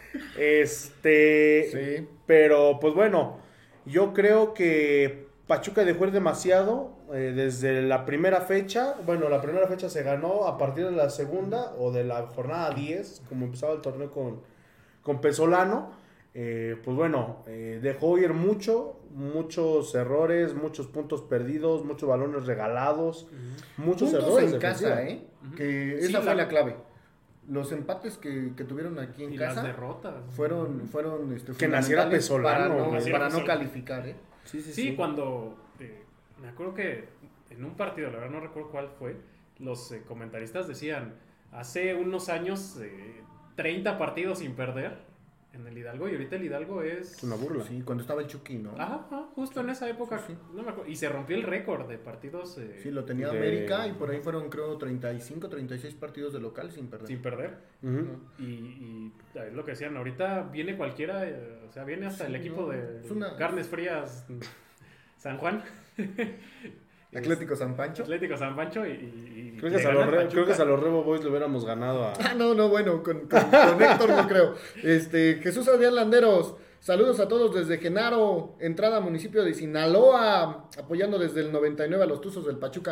B: Sí.
A: Pero pues bueno, yo creo que Pachuca dejó ir demasiado desde la primera fecha. Bueno, la primera fecha se ganó a partir de la segunda o de la jornada 10, como empezaba el torneo con Pesolano. Pues bueno, dejó ir muchos errores, muchos puntos perdidos, muchos balones regalados, muchos
B: Puntos
A: errores
B: en casa,
A: defensivos.
B: Que
C: Sí,
B: esa fue la clave. Los empates que tuvieron aquí en
C: Y
B: casa
C: las derrotas.
B: fueron
A: Que naciera
B: fundamentales
A: Pesolano,
B: para
A: güey.
B: para no calificar, ¿eh?
C: Sí, cuando me acuerdo que en un partido, la verdad no recuerdo cuál fue, los comentaristas decían, hace unos años 30 partidos sin perder en el Hidalgo y ahorita el Hidalgo es...
A: Una burla.
B: Sí, cuando estaba el Chucky, ¿no?
C: Ajá, justo en esa época,
B: Sí.
C: no me acuerdo, y se rompió el récord de partidos
B: Sí, lo tenía
A: de-
B: América y por ahí fueron, creo, 35, 36 partidos de local sin perder.
C: sin perder.
A: Ujú.
C: Y es lo que decían, ahorita viene cualquiera, o sea, viene hasta
B: Sí,
C: el equipo
B: no,
C: de
B: es una-
C: Carnes Frías San Juan,
B: Atlético San Pancho.
C: Atlético San Pancho y
A: Creo que,
C: le
A: a
C: gana
A: los
C: al Pachuca.
A: creo que a los Rebo Boys le hubiéramos ganado a...
B: Ah, no, bueno, con Héctor no creo. Jesús Adrián Landeros, saludos a todos desde Genaro, entrada municipio de Sinaloa, apoyando desde el 99 a los Tuzos del Pachuca.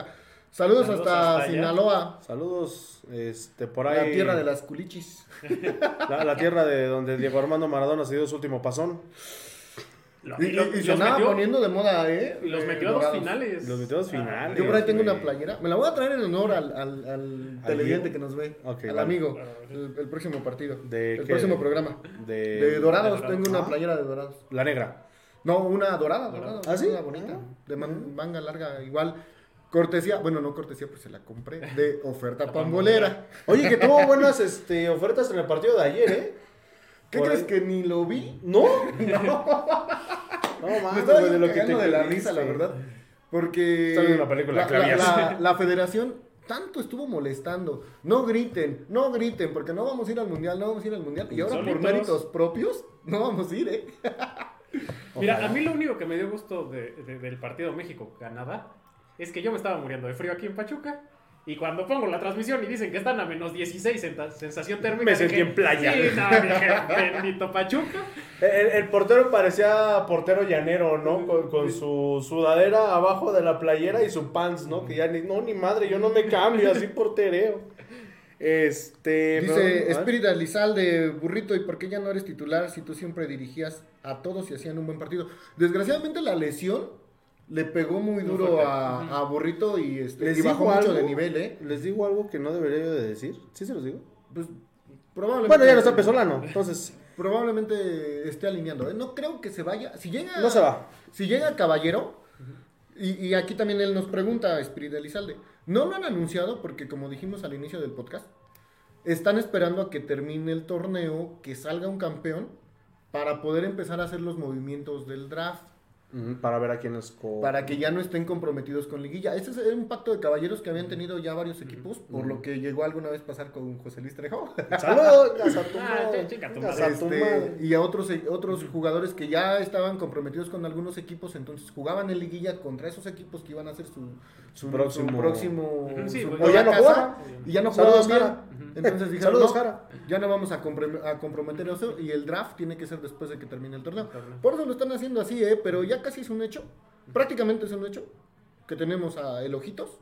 B: Saludos
C: Saludos
B: hasta
C: hasta allá.
B: Sinaloa,
A: Saludos, por ahí.
B: la tierra de las culichis.
A: La tierra de donde Diego Armando Maradona se dio su último pasón.
B: Y se andaba poniendo de moda,
C: y los metió a dos
B: Dorados.
C: finales.
A: Los metió a dos finales.
B: Yo por ahí tengo
A: güey.
B: una playera. Me la voy a traer en honor al televidente
A: Diego?
B: que nos ve.
A: Ok,
B: al
A: vale.
B: amigo. El próximo partido.
A: ¿De
B: el
A: qué?
B: próximo programa.
A: De
B: De Dorados.
C: Dorados.
B: Tengo una
A: Ah.
B: playera de Dorados.
A: La negra.
B: No, una dorada.
A: ¿Ah, sí?
B: Una bonita. De manga larga. Igual. Cortesía. Bueno, no cortesía, pues se la compré. De oferta pambolera.
A: Oye, que tuvo buenas ofertas en el partido de ayer, ¿eh?
B: ¿Qué
A: Por
B: crees
A: ahí-
B: que ni lo vi?
A: ¿No? No
B: Me
A: mames,
B: estaba
A: güey,
B: yo
A: de lo que
B: cagando
A: te
B: de la
A: perdiste.
B: risa, la verdad. Porque
A: Está viendo una película de Clavias.
B: la federación tanto estuvo molestando. No griten, porque no vamos a ir al mundial, Y ahora por
C: Solitos.
B: méritos propios, no vamos a ir, ¿eh?
C: Mira,
A: Ojalá.
C: a mí lo único que me dio gusto del partido México-Canadá es que yo me estaba muriendo de frío aquí en Pachuca. Y cuando pongo la transmisión y dicen que están a menos 16 sensación térmica,
A: Me sentí
C: dije,
A: en playa.
C: Sí, no, dije, bendito Pachuca.
A: El portero parecía portero llanero, ¿no? Con su sudadera abajo de la playera y su pants, ¿no? Que ya ni madre, yo no me cambio, así portereo.
B: Dice
A: pero-
B: Espíritu Lizalde, Burrito, ¿y por qué ya no eres titular si tú siempre dirigías a todos y hacían un buen partido? Desgraciadamente la lesión le pegó muy duro
C: fuerte.
B: a Burrito y,
A: ¿Les
B: y bajó
A: digo
B: mucho
A: algo?
B: de nivel, ¿eh?
A: Les digo algo que no debería yo de decir. ¿Sí se los digo?
B: Pues probablemente.
A: Bueno, ya no está Pesolano, entonces
B: Probablemente esté alineando, ¿eh? No creo que se vaya. Si llega,
A: no se va.
B: Si llega Caballero, y aquí también él nos pregunta, Espíritu Elizalde, no lo han anunciado porque, como dijimos al inicio del podcast, están esperando a que termine el torneo, que salga un campeón, para poder empezar a hacer los movimientos del draft.
A: Para ver a quién es.
B: Para que ya no estén comprometidos con liguilla. Este es un pacto de caballeros que habían tenido ya varios equipos, por lo que llegó alguna vez pasar con José Luis Trejo.
A: ¡Saludos! ¡Gas a tu
C: Ah,
A: madre!
C: chica, tu
A: ¡Gas
C: madre.
A: a tu madre!
B: Y a otros jugadores que ya estaban comprometidos con algunos equipos, entonces jugaban en liguilla contra esos equipos que iban a hacer su próximo
C: Ujú, sí,
B: su
C: pues,
A: o ya no
B: casa,
A: jugaban.
B: y ya no
A: Saludos,
B: jugaban
A: Jara.
B: bien. Entonces dijeron,
A: Saludos,
B: no,
A: Jara.
B: ya no vamos a comprometer eso, y el draft tiene que ser después de que termine el torneo.
C: torneo.
B: Por eso lo están haciendo así, pero ya casi es un hecho, prácticamente es un hecho, que tenemos a El Ojitos,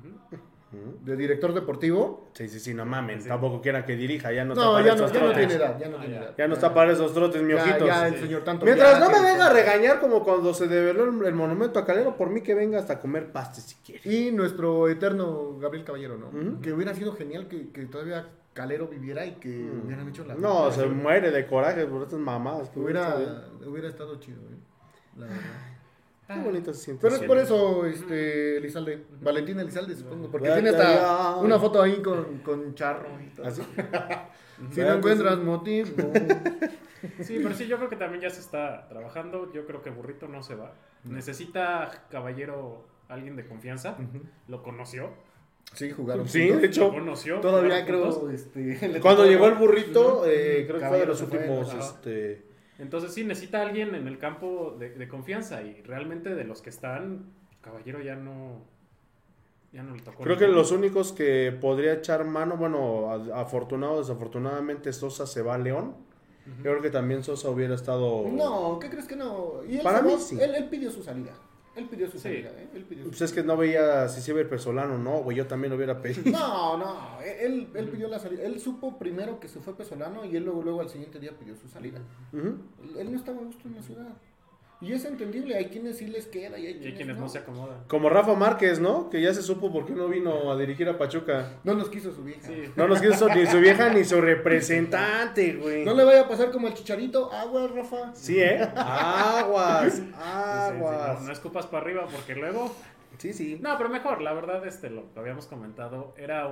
B: de director deportivo.
A: Sí, no mamen.
C: Sí.
A: Tampoco quiera que dirija, ya no está
B: No,
A: para
B: ya no,
A: esos
B: ya no
A: trotes.
B: tiene edad, ya no
C: Ah,
B: tiene
C: ya.
B: edad.
A: Ya no está para esos trotes, mi ojitos.
B: Ya el
C: Sí.
B: señor tanto
A: Mientras no me
B: viaje,
A: venga a regañar como cuando se develó el monumento a Calero, por mí que venga hasta a comer pastes si quiere.
B: Y nuestro eterno Gabriel Caballero, ¿no?
A: Ujú.
B: Que hubiera sido genial que todavía Calero viviera y que hubieran hecho la...
A: No, se muere de coraje por estas mamadas. que está bien.
B: Hubiera estado chido, la verdad.
A: Qué bonito se siente.
B: Pero es por
A: siempre.
B: eso, Elizalde, Valentina Elizalde, supongo, porque
A: Ya,
B: tiene
A: ya,
B: hasta
A: ya.
B: una foto ahí con Charro y todo.
A: ¿Así?
B: Si no encuentras motivo...
C: Sí, pero sí, yo creo que también ya se está trabajando. Yo creo que Burrito no se va. Necesita Caballero alguien de confianza. Lo conoció.
B: Sí, jugaron.
A: Sí,
B: juntos.
A: de hecho,
C: Lo conoció.
B: Todavía
C: jugaron
B: creo...
C: juntos.
B: le
A: cuando
B: tocó-
A: llegó el burrito, creo que fue de
B: Caballero
A: los
B: se fue,
A: últimos,
B: ajá.
C: Entonces sí, necesita alguien en el campo de confianza. Y realmente de los que están, Caballero ya no le tocó.
A: Creo que
C: ninguno.
A: los únicos que podría echar mano, bueno, afortunado o desafortunadamente Sosa se va a León. Yo creo que también Sosa hubiera estado...
B: No, ¿qué crees que no? Y él
A: Para
B: se
A: mí
B: va-
A: sí.
B: Él pidió su salida. Él pidió su
C: Sí.
B: salida, ¿eh? Él pidió su
A: Pues es que no veía si se iba a ir Pesolano, no, güey, yo también lo hubiera pedido.
B: No, él pidió la salida. Él supo primero que se fue Pesolano y él luego al siguiente día pidió su salida.
A: Ujú.
B: Él no estaba a gusto en la ciudad. Y es entendible, hay quienes sí les queda y hay
C: Y hay quienes no se
B: no.
C: acomodan.
A: Como Rafa Márquez, ¿no? Que ya se supo por qué no vino a dirigir a Pachuca.
B: No nos quiso su vieja.
C: Sí.
A: No nos quiso ni su vieja ni su representante, güey.
B: No le vaya a pasar como el Chicharito. Agua, Rafa.
A: Sí, ¿eh? Aguas,
C: Sí, sí,
A: aguas.
C: no escupas para arriba porque luego...
A: Sí, sí.
C: No, pero mejor, la verdad, lo habíamos comentado, era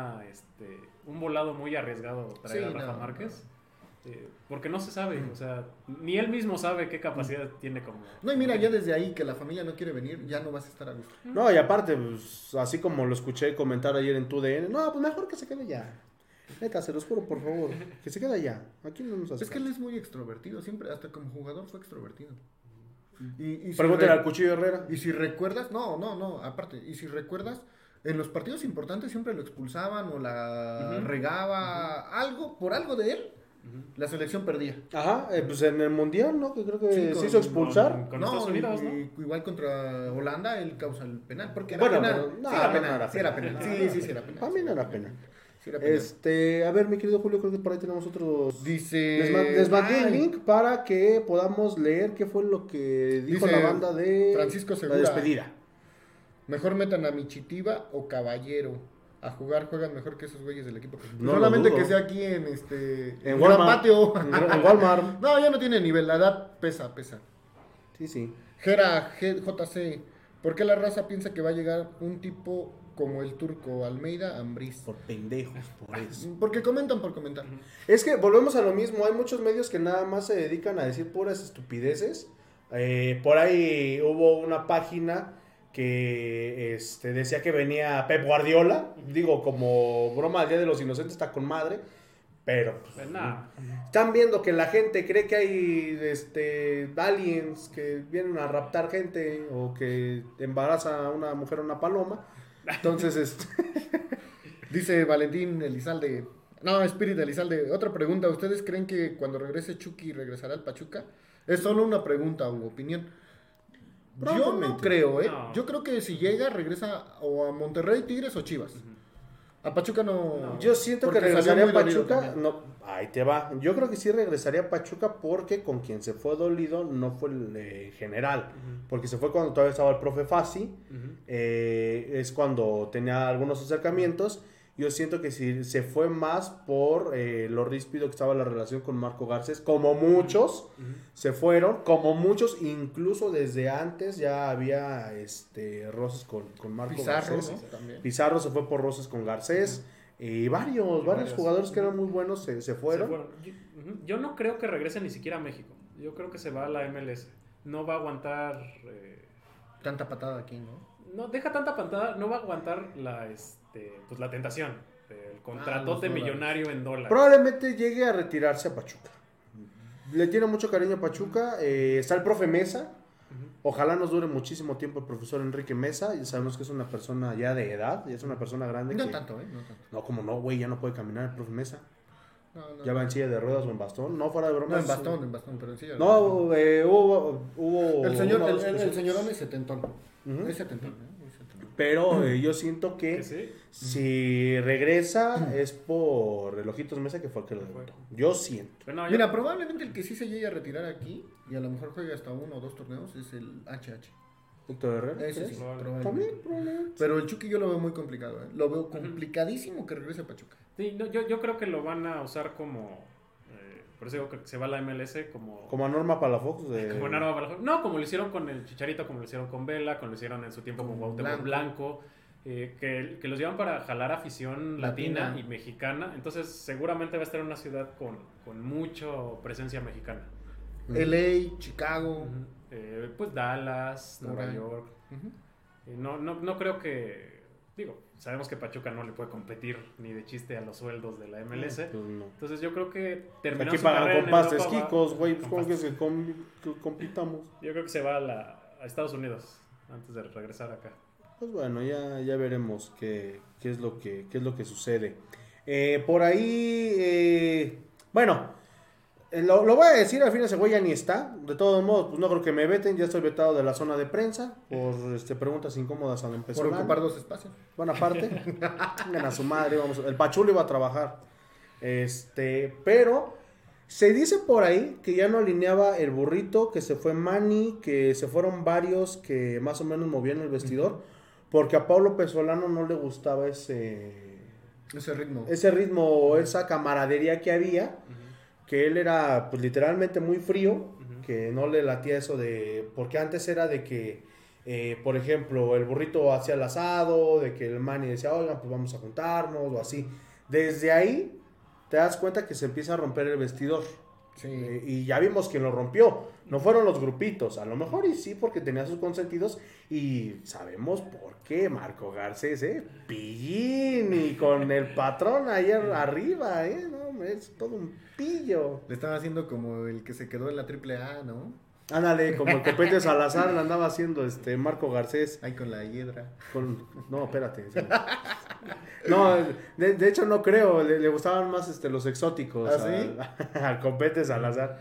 C: un volado muy arriesgado traer
B: Sí,
C: a Rafa
B: no,
C: Márquez, porque no se sabe, o sea, ni él mismo sabe qué capacidad tiene como...
B: No, y mira, ya desde ahí que la familia no quiere venir, ya no vas a estar a gusto.
A: No, y aparte, pues, así como lo escuché comentar ayer en tu DN, no, pues mejor que se quede ya. Neta, se los juro, por favor. Que se quede ya. Aquí no nos hace
B: Es que él
A: falta.
B: es muy extrovertido, siempre, hasta como jugador fue extrovertido. Y si
A: Pregúntale al Cuchillo Herrera.
B: Y si recuerdas, no, aparte, y si recuerdas, en los partidos importantes siempre lo expulsaban o la regaba, por algo de él, La selección perdía.
A: Ajá, pues en el Mundial, ¿no? Que creo que
B: Sí,
A: se hizo expulsar.
C: con Estados Unidos, ¿no?
B: Igual contra Holanda, él causa el penal. Porque era
A: Bueno,
B: penal.
A: pero no,
B: Sí era
A: no
B: penal.
A: era
B: Sí era
A: penal.
B: penal. Sí era penal.
A: Para mí no era penal.
B: Sí era penal.
A: A ver, mi querido Julio, creo que por ahí tenemos otros.
B: Dice...
A: Les mandé el
B: Ay,
A: link para que podamos leer qué fue lo que dijo
B: Dice
A: la banda de
B: Francisco
A: la
B: Segura.
A: despedida.
B: Mejor metan a Michitiba o Caballero. A jugar juegan mejor que esos güeyes del equipo.
A: No
B: Solamente
A: lo dudo.
B: que sea aquí en
A: En
B: Gran
A: Walmart.
B: Patio.
A: En Walmart.
B: No, ya no tiene nivel. La edad pesa.
A: Sí.
B: JC. ¿Por qué la raza piensa que va a llegar un tipo como el turco Almeida Ambriz?
A: Por pendejos, por eso.
B: Porque comentan por comentar.
A: Es que volvemos a lo mismo. Hay muchos medios que nada más se dedican a decir puras estupideces. Por ahí hubo una página que decía que venía Pep Guardiola. Digo, como broma al Día de los Inocentes, está con madre. Pero
C: Pues nada.
A: están viendo que la gente cree que hay aliens que vienen a raptar gente o que embaraza a una mujer o una paloma. Entonces,
B: Dice Valentín Elizalde. No, Spirit Elizalde. Otra pregunta. ¿Ustedes creen que cuando regrese Chucky regresará al Pachuca? Es solo una pregunta u opinión. Yo no
A: Probablemente.
B: creo, ¿eh?
C: No.
B: Yo creo que si llega, regresa o a Monterrey, Tigres o Chivas. A Pachuca no.
A: yo siento que
B: porque salió
A: regresaría a
B: muy dolido
A: Pachuca.
B: también.
A: No, ahí te va. Yo creo que sí regresaría a Pachuca porque con quien se fue dolido no fue el general. Porque se fue cuando todavía estaba el profe Fassi. Es cuando tenía algunos acercamientos. Yo siento que si se fue más por lo ríspido que estaba la relación con Marco Garcés, como muchos se fueron, como muchos, incluso desde antes ya había roces con Marco
B: Pizarro,
A: Garcés.
B: ¿no? También.
A: Pizarro se fue por roces con Garcés. Y varios jugadores que eran muy buenos se fueron.
C: Yo no creo que regrese ni siquiera a México. Yo creo que se va a la MLS. No va a aguantar.
B: Tanta patada aquí, ¿no?
C: No, deja tanta pantada. No va a aguantar la tentación. El contratote
B: los
C: millonario en dólares.
A: Probablemente llegue a retirarse a Pachuca. Le tiene mucho cariño a Pachuca. Está el profe Mesa. Ojalá nos dure muchísimo tiempo el profesor Enrique Mesa. Ya sabemos que es una persona ya de edad. Ya es una persona grande.
B: No
A: que...
B: tanto, ¿eh? No tanto.
A: No, como no, güey, ya no puede caminar el profe Mesa.
B: No,
A: Ya va en silla de ruedas o en bastón. No, fuera de broma.
B: No, en bastón, pero en silla.
A: No, hubo...
B: El señor,
A: una o dos
B: el
A: personas.
B: señorón es setentón.
A: Ujú.
B: Es setentón, ¿eh? Es setentón.
A: Pero yo siento que
C: Que sí.
A: si regresa es por el Ojitos Mesa, que fue el que lo debutó. Yo siento.
C: Pero no,
B: Mira, probablemente el que sí se llegue a retirar aquí y a lo mejor juegue hasta 1 o 2 torneos es el HH.
A: Víctor Herrera.
B: Ese sí,
A: ¿crees?
C: Probablemente.
B: probablemente.
A: Probablemente.
B: Pero el Chucky yo lo veo muy complicado, ¿eh? Lo veo complicadísimo que regrese a Pachuca.
C: sí, no, yo creo que lo van a usar como. Por eso digo que se va a la MLS como.
A: Como a Norma Palafox.
C: Como un arma para el juego. No, como lo hicieron con el Chicharito, como lo hicieron con Vela, como lo hicieron en su tiempo con Cuauhtémoc Blanco. Que los llevan para jalar afición latina
B: Latina.
C: y mexicana. Entonces, seguramente va a estar en una ciudad con mucha presencia mexicana.
B: LA, Chicago.
C: Pues Dallas,
B: Por
C: Nueva
B: ahí.
C: York.
B: Ujú.
C: No creo que. Digo, sabemos que Pachuca no le puede competir ni de chiste a los sueldos de la MLS.
A: Pues no.
C: Entonces, yo creo que terminando
A: Aquí
C: su
A: pagan
C: carrera
A: con
C: en
A: pastes,
C: Europa, va-
A: Kikos, güey. Pues
C: con
A: como que
C: pastes.
A: que compitamos.
C: Yo creo que se va a Estados Unidos antes de regresar acá.
A: Pues bueno, ya veremos qué es lo que sucede. Por ahí, bueno, lo voy a decir, al fin ese güey ya ni está. De todos modos, pues no creo que me veten, ya estoy vetado de la zona de prensa por preguntas incómodas al empezar.
B: Por ocupar 2 espacios.
A: Buena parte. Vengan a su madre, vamos. El Pachulo iba a trabajar. Pero se dice por ahí que ya no alineaba el Burrito, que se fue Manny, que se fueron varios que más o menos movían el vestidor, porque a Pablo Pesolano no le gustaba ese ritmo, esa camaradería que había, que él era pues literalmente muy frío, que no le latía eso de, porque antes era de que por ejemplo, el Burrito hacía el asado, de que el Manny decía, oigan, pues vamos a juntarnos, o así. Desde ahí te das cuenta que se empieza a romper el vestidor.
B: Sí.
A: Y ya vimos quién lo rompió. No fueron los grupitos. A lo mejor y sí, porque tenía sus consentidos. Y sabemos por qué Marco Garcés, pillín. Y con el patrón ahí arriba, No, es todo un pillo.
B: Le están haciendo como el que se quedó en la AAA, ¿no?
A: Ándale, como el Copete Salazar la andaba haciendo Marco Garcés.
B: Ahí con la hiedra.
A: No, espérate. Sí. No, de hecho no creo, le gustaban más los exóticos.
B: ¿Ah, sí?
A: Al Copete Salazar.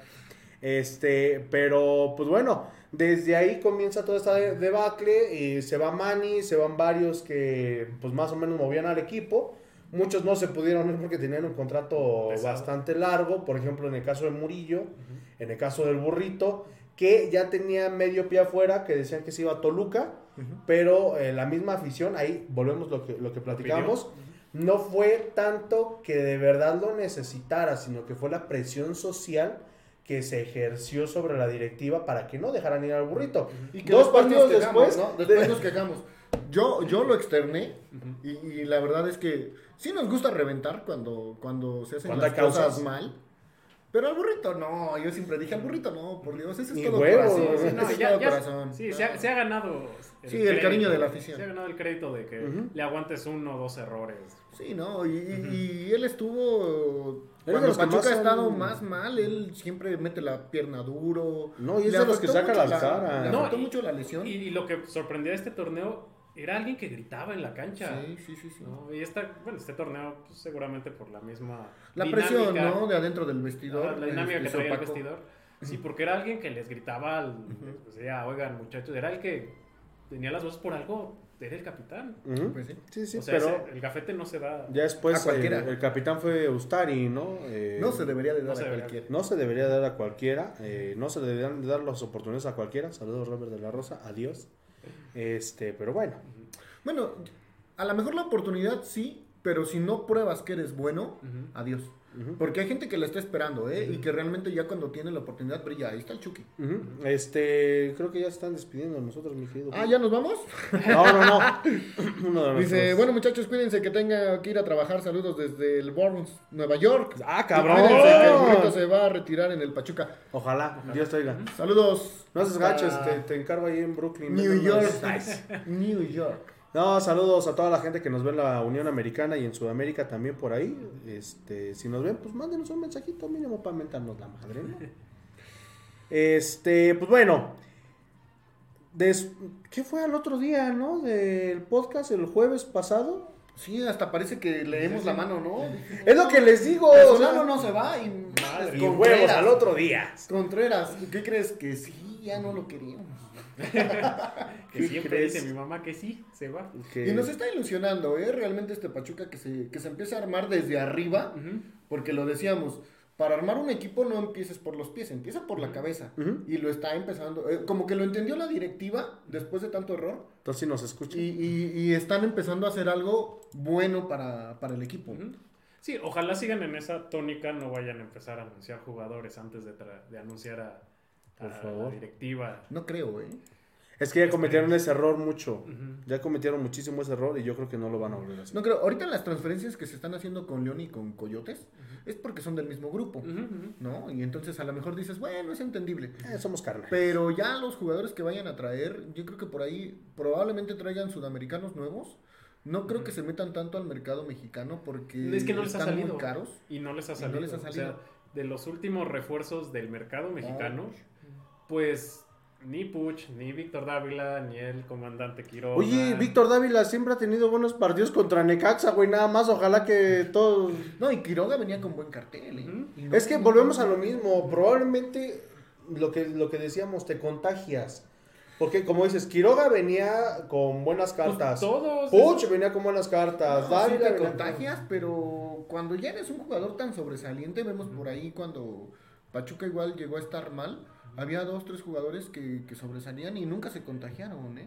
A: Pero pues bueno, desde ahí comienza toda esta debacle y se va Manny, se van varios que pues más o menos movían al equipo. Muchos no se pudieron ir porque tenían un contrato bastante largo, por ejemplo en el caso de Murillo, en el caso del Burrito, que ya tenía medio pie afuera, que decían que se iba a Toluca, pero la misma afición, ahí volvemos lo que platicamos, no fue tanto que de verdad lo necesitara, sino que fue la presión social que se ejerció sobre la directiva para que no dejaran ir al Burrito.
B: Y que
A: Dos partidos después,
B: ¿no? Después nos quejamos. Yo lo externé y la verdad es que sí nos gusta reventar cuando se hacen las cosas mal. Pero al Burrito no, yo siempre dije al Burrito no, por Dios, ese es todo corazón. Corazón.
C: Sí, se ha ganado
B: el cariño de la afición.
C: Se ha ganado el crédito de que le aguantes 1 o 2 errores.
B: Sí, no, y él estuvo... Cuando Pachuca ha estado más mal, él siempre mete la pierna duro.
A: No, y es de los que saca las caras.
B: Le afectó mucho la lesión.
C: Y lo que sorprendía de este torneo era alguien que gritaba en la cancha.
B: Sí.
C: ¿No? Y este torneo, pues, seguramente por la misma
B: la
C: dinámica,
B: presión, ¿no? De adentro del vestidor.
C: La dinámica que traía el vestidor. Sí, porque era alguien que les gritaba, oigan muchachos, era el que tenía las voces por algo, era el capitán.
B: Pues
A: sí,
C: o sea,
A: pero
C: el gafete no se da.
A: ya después
B: a cualquiera.
A: El capitán fue Ustari, ¿no?
B: No se debería de dar a cualquiera.
A: No se debería dar a cualquiera. No se deberían de dar las oportunidades a cualquiera. Saludos, Robert de la Rosa. Adiós. Pero bueno.
B: Bueno, a lo mejor la oportunidad sí, pero si no pruebas que eres bueno, adiós. Porque hay gente que la está esperando, y que realmente ya cuando tiene la oportunidad brilla. Ahí está el Chucky.
A: Creo que ya se están despidiendo de nosotros, mi querido.
B: ¿Ya nos vamos?
A: No.
B: Dice, bueno muchachos, cuídense que tenga que ir a trabajar. Saludos desde el Bronx, Nueva York.
A: Cabrón.
B: Cuídense que el Burrito se va a retirar en el Pachuca.
A: Ojalá. Dios te oiga.
B: Saludos.
A: No haces gachos, te encargo ahí en Brooklyn.
B: New York. New York.
A: No, saludos a toda la gente que nos ve en la Unión Americana y en Sudamérica también por ahí. Si nos ven, pues mándenos un mensajito mínimo para mentarnos la madre, ¿no? Pues bueno. ¿Qué fue al otro día, no? Del podcast el jueves pasado.
B: Sí, hasta parece que leemos la mano, ¿no?
A: Es lo que les digo.
B: Solano no se va y
A: huevos al otro día.
B: Contreras, ¿qué crees? Que sí, ya no lo queríamos.
C: Que siempre dice mi mamá que sí, se va.
B: Y nos está ilusionando, realmente este Pachuca que se empieza a armar desde arriba, porque lo decíamos, para armar un equipo no empieces por los pies, empieza por la cabeza. Y lo está empezando, como que lo entendió la directiva después de tanto error.
A: Entonces sí nos escuchan.
B: Y están empezando a hacer algo bueno para el equipo.
C: Sí, ojalá sigan en esa tónica, no vayan a empezar a anunciar jugadores antes de anunciar a la directiva.
B: No creo,
A: Es que ya cometieron ese error mucho. Ya cometieron muchísimo ese error y yo creo que no lo van a volver a hacer.
B: No creo. Ahorita las transferencias que se están haciendo con León y con Coyotes es porque son del mismo grupo, ¿no? Y entonces a lo mejor dices, bueno, es entendible.
A: Somos carne.
B: Pero ya los jugadores que vayan a traer, yo creo que por ahí probablemente traigan sudamericanos nuevos. No creo que se metan tanto al mercado mexicano porque
C: es que no les
B: están
C: ha salido
B: muy caros.
C: Y no les ha salido.
B: O sea,
C: de los últimos refuerzos del mercado mexicano, pues ni Puch, ni Víctor Dávila, ni el comandante Quiroga.
A: Oye, Víctor Dávila siempre ha tenido buenos partidos contra Necaxa, güey, nada más, ojalá que todos...
B: No, y Quiroga venía con buen cartel,
A: Y es que volvemos a lo mismo, probablemente lo que decíamos, te contagias. Porque como dices, Quiroga venía con buenas cartas.
C: Pues todos.
A: Puch venía con buenas cartas.
B: No,
A: Dávila
B: sí te contagias, pero cuando ya eres un jugador tan sobresaliente, vemos por ahí cuando Pachuca igual llegó a estar mal, había 2, 3 jugadores que sobresalían y nunca se contagiaron,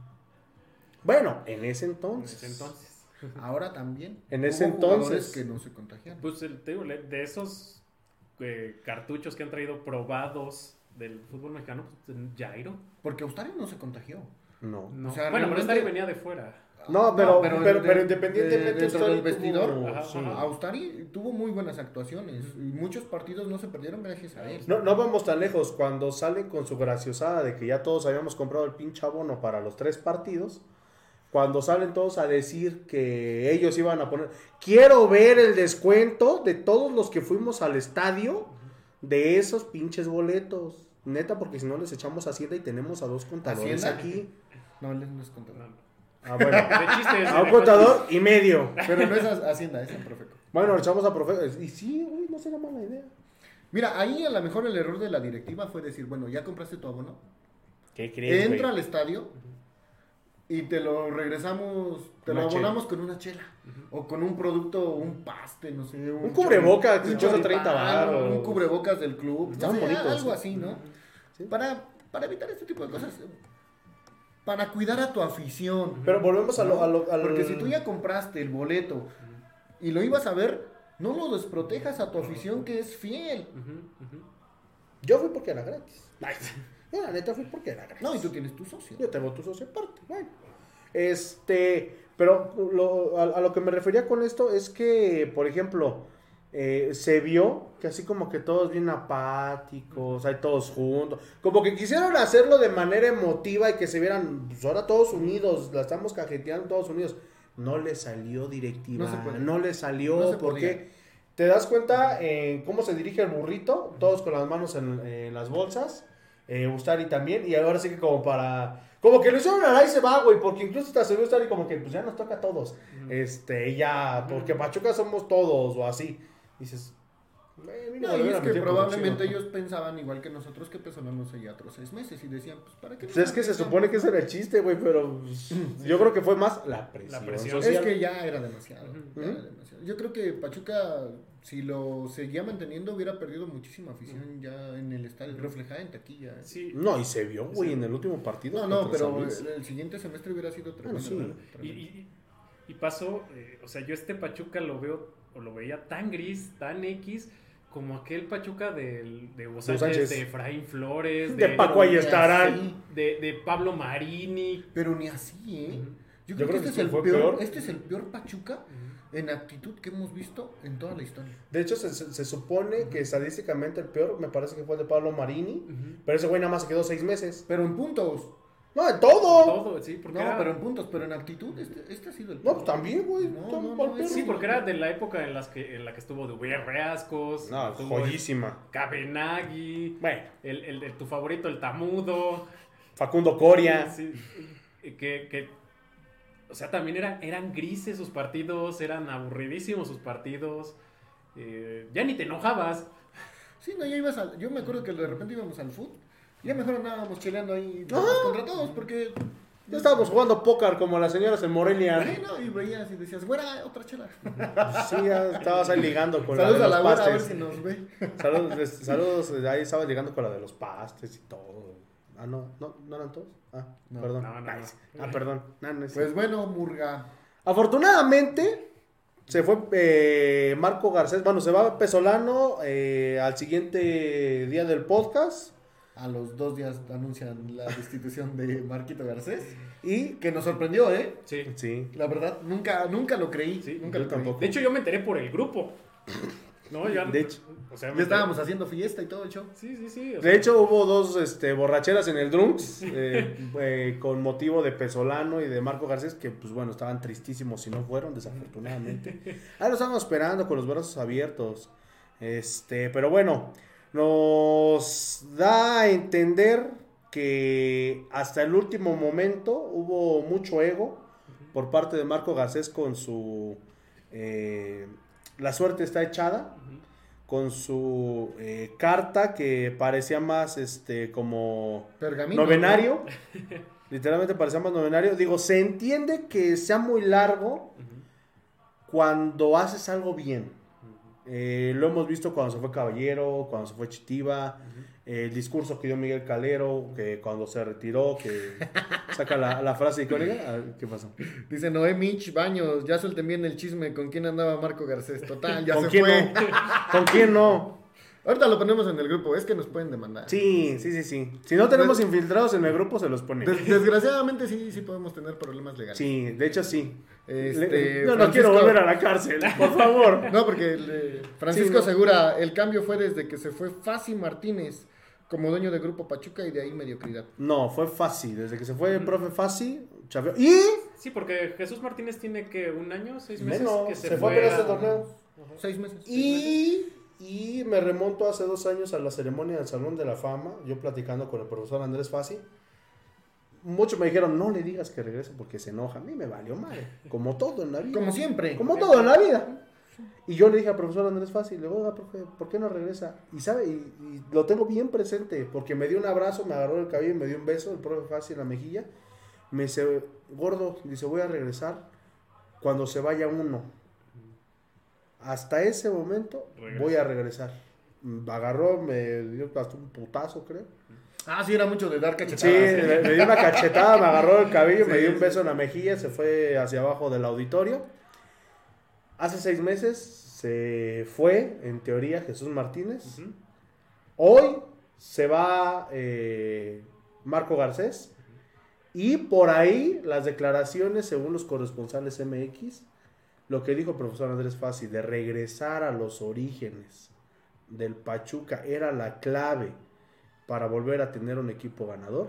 A: Bueno, en ese entonces.
B: Ahora también.
A: En ese entonces
B: que no se contagiaron.
C: Pues de esos cartuchos que han traído probados del fútbol mexicano, pues, Jairo.
B: Porque Ustari no se contagió.
A: No.
B: O sea,
C: bueno, pero Ustari venía de fuera.
A: No, pero independientemente
B: dentro del vestidor,
A: sí.
B: Ustari tuvo muy buenas actuaciones y muchos partidos no se perdieron gracias a él.
A: No vamos tan lejos. Cuando salen con su graciosada de que ya todos habíamos comprado el pinche abono para los 3 partidos, cuando salen todos a decir que ellos iban a poner, quiero ver el descuento de todos los que fuimos al estadio de esos pinches boletos. Neta, porque si no les echamos Hacienda y tenemos a 2 contadores
B: ¿Hacienda?
A: aquí.
B: No, él no es contador.
A: Ah, bueno.
C: De chistes.
A: A un contador y medio.
B: Pero no es Hacienda, es el Profeco.
A: Bueno, le echamos a profe. Y sí, güey, no será mala idea.
B: Mira, ahí a lo mejor el error de la directiva fue decir, bueno, ya compraste tu abono,
A: ¿Qué crees,
B: entra
A: güey?
B: al estadio y te lo regresamos, te
A: Una
B: lo
A: chela.
B: abonamos con una chela o con un producto, un paste, no sé,
A: Un cubrebocas que
B: un
A: cuesta
B: choripán,
A: 30 varos.
B: un cubrebocas del club,
A: Estaban
B: no sé,
A: bonitos,
B: algo
A: sí.
B: así, ¿no?
A: Sí.
B: Para evitar este tipo de cosas, para cuidar a tu afición.
A: Pero volvemos a lo...
B: Porque si tú ya compraste el boleto y lo ibas a ver, no lo desprotejas a tu afición que es fiel.
A: Yo fui porque era gratis. Yo la neta fui porque era gratis.
B: No, y tú tienes tu socio.
A: Yo tengo tu socio aparte. Bueno. Pero a lo que me refería con esto es que, por ejemplo, se vio que así como que todos bien apáticos, hay todos juntos, como que quisieron hacerlo de manera emotiva y que se vieran, pues ahora todos unidos, la estamos cajeteando todos unidos. No le salió directiva,
B: No se puede.
A: no le salió,
B: No se
A: porque
B: podía.
A: te das cuenta en cómo se dirige el burrito, todos con las manos en las bolsas, Ustari también, y ahora sí que como que lo hicieron a ahí se va, güey, porque incluso hasta se vio Ustari como que pues ya nos toca a todos, ya, porque Pachuca somos todos, o así, dices, mira,
B: No, y es que
A: meter
B: probablemente
A: producción.
B: ellos pensaban igual que nosotros que Pesona no seguía otros 6 meses y decían, pues ¿para qué?
A: Pues es que se supone que ese era el chiste, güey, pero pues, yo creo que fue más la presión,
B: Es que ya era demasiado,
C: Ujú.
B: ya era demasiado. Yo creo que Pachuca, si lo seguía manteniendo, hubiera perdido muchísima afición ya en el estadio, reflejada en taquilla.
C: Sí.
A: No, y se vio, güey, en el último partido.
B: No,
A: contra San
B: pero
A: Luis.
B: el siguiente semestre hubiera sido tremendo.
A: sí.
B: tremendo.
C: Y pasó, o sea, yo este Pachuca lo veo, o lo veía tan gris, tan X, como aquel Pachuca de Hugo Sánchez, de Efraín Flores,
A: De Paco ahí
B: Ni
A: estarán.
B: así,
C: de Pablo Marini.
B: pero ni así, ¿eh?
C: Ujú.
B: Yo creo que
A: que
B: este es
A: sí
B: el
A: fue
B: peor,
A: peor.
B: este es el peor Pachuca en actitud que hemos visto en toda la historia.
A: De hecho, se supone que estadísticamente el peor me parece que fue el de Pablo Marini,
C: Ujú.
A: pero ese güey nada más se quedó 6 meses.
B: Pero en puntos.
A: No, en todo.
C: Todo, sí, porque
B: No,
C: era,
B: pero en puntos, pero en actitud, este ha sido el
A: No,
B: peor.
A: pues también, güey.
B: No,
A: todo
B: no,
A: pa'l
B: no,
A: perro.
C: sí, porque era de la época en la que estuvo de Reascos,
A: No,
C: estuvo
A: joyísima.
C: Cabenagui,
A: Bueno,
C: tu favorito, el Tamudo.
A: Facundo Coria.
C: Sí, o sea, también eran grises sus partidos, eran aburridísimos sus partidos. Ya ni te enojabas.
B: Sí, no, yo me acuerdo que de repente íbamos al fútbol. Ya mejor andábamos cheleando ahí
A: Ah.
B: contra todos porque...
A: Ya estábamos jugando póker como las señoras en Morelia.
B: Bueno, y veías y decías, güera, otra chela.
A: Sí, ya estabas ahí ligando con
B: Saludos
A: la
B: a
A: de
B: la
A: los
B: güera, a ver
A: pastes.
B: si nos ve.
A: Saludos, ahí estabas llegando con la de los pastes y todo. Ah, no eran todos. Ah,
B: No.
A: perdón.
C: No.
A: Ah, perdón. No es
B: Pues bueno, Murga.
A: Afortunadamente, se fue Marco Garcés. Bueno, se va Pesolano al siguiente día del podcast.
B: A los 2 días anuncian la destitución de Marquito Garcés.
A: Y
B: Que nos sorprendió, ¿eh?
C: Sí.
A: sí,
B: La verdad, nunca lo creí.
C: Sí,
B: nunca
A: yo
B: lo creí.
A: tampoco.
C: De hecho, yo me enteré por el grupo. No, ya.
A: De hecho.
C: O sea,
B: Ya estábamos haciendo fiesta y todo el show.
C: Sí. O sea,
A: de hecho hubo 2 borracheras en el Drunks con motivo de Pesolano y de Marco Garcés que pues bueno, estaban tristísimos y no fueron desafortunadamente. Ahí los estábamos esperando con los brazos abiertos. Pero bueno, nos da a entender que hasta el último momento hubo mucho ego por parte de Marco Garcés con su la suerte está echada, con su carta que parecía más como
B: Pergamino.
A: novenario. Literalmente parecía más novenario. Digo, se entiende que sea muy largo cuando haces algo bien. Lo hemos visto cuando se fue Caballero, cuando se fue Chitiba, el discurso que dio Miguel Calero, que cuando se retiró, que saca la frase icónica. A ver, ¿qué pasó?
B: Dice Noé Mitch Baños, ya suelten bien el chisme con quién andaba Marco Garcés. Total, ya
A: ¿Con
B: se
A: quién
B: fue.
A: no? ¿Con quién no?
B: Ahorita lo ponemos en el grupo, es que nos pueden demandar.
A: Sí. Si no tenemos infiltrados en el grupo, se los pone.
B: Desgraciadamente sí podemos tener problemas legales.
A: Sí, de hecho sí. Yo no
B: Francisco-
A: quiero volver a la cárcel, por favor.
B: No, porque Francisco
A: Sí, no.
B: Segura, el cambio fue desde que se fue Fasi Martínez como dueño del Grupo Pachuca y de ahí mediocridad.
A: No, fue fácil. Desde que se fue el profe Fasi, chafeó. Y
C: Sí, porque Jesús Martínez tiene que 1 año, 6 meses
A: menos,
C: que
A: se fue a ver este torneo.
B: 6 meses.
A: Y Y me remonto hace 2 años a la ceremonia del Salón de la Fama, yo platicando con el profesor Andrés Fassi. Muchos me dijeron, no le digas que regrese porque se enoja. A mí me valió madre, como todo en la vida.
B: Como siempre.
A: Como todo en la vida. Y yo le dije al profesor Andrés Fassi, le digo, oiga, profe, ¿por qué no regresa? Y sabe, y lo tengo bien presente, porque me dio un abrazo, me agarró el cabello y me dio un beso, el profe Fassi en la mejilla. Me dice, gordo, dice, voy a regresar cuando se vaya uno. Hasta ese momento voy a regresar. Agarró, me dio hasta un putazo, creo.
B: Ah, sí, era mucho de dar cachetadas.
A: Sí, me dio una cachetada, me agarró el cabello,
B: Sí,
A: me dio un
B: sí.
A: beso en la mejilla, se fue hacia abajo del auditorio. Hace 6 meses se fue, en teoría, Jesús Martínez.
C: Ujú.
A: Hoy se va Marco Garcés. Y por ahí las declaraciones, según los corresponsales MX, lo que dijo el profesor Andrés Fassi, de regresar a los orígenes del Pachuca era la clave para volver a tener un equipo ganador.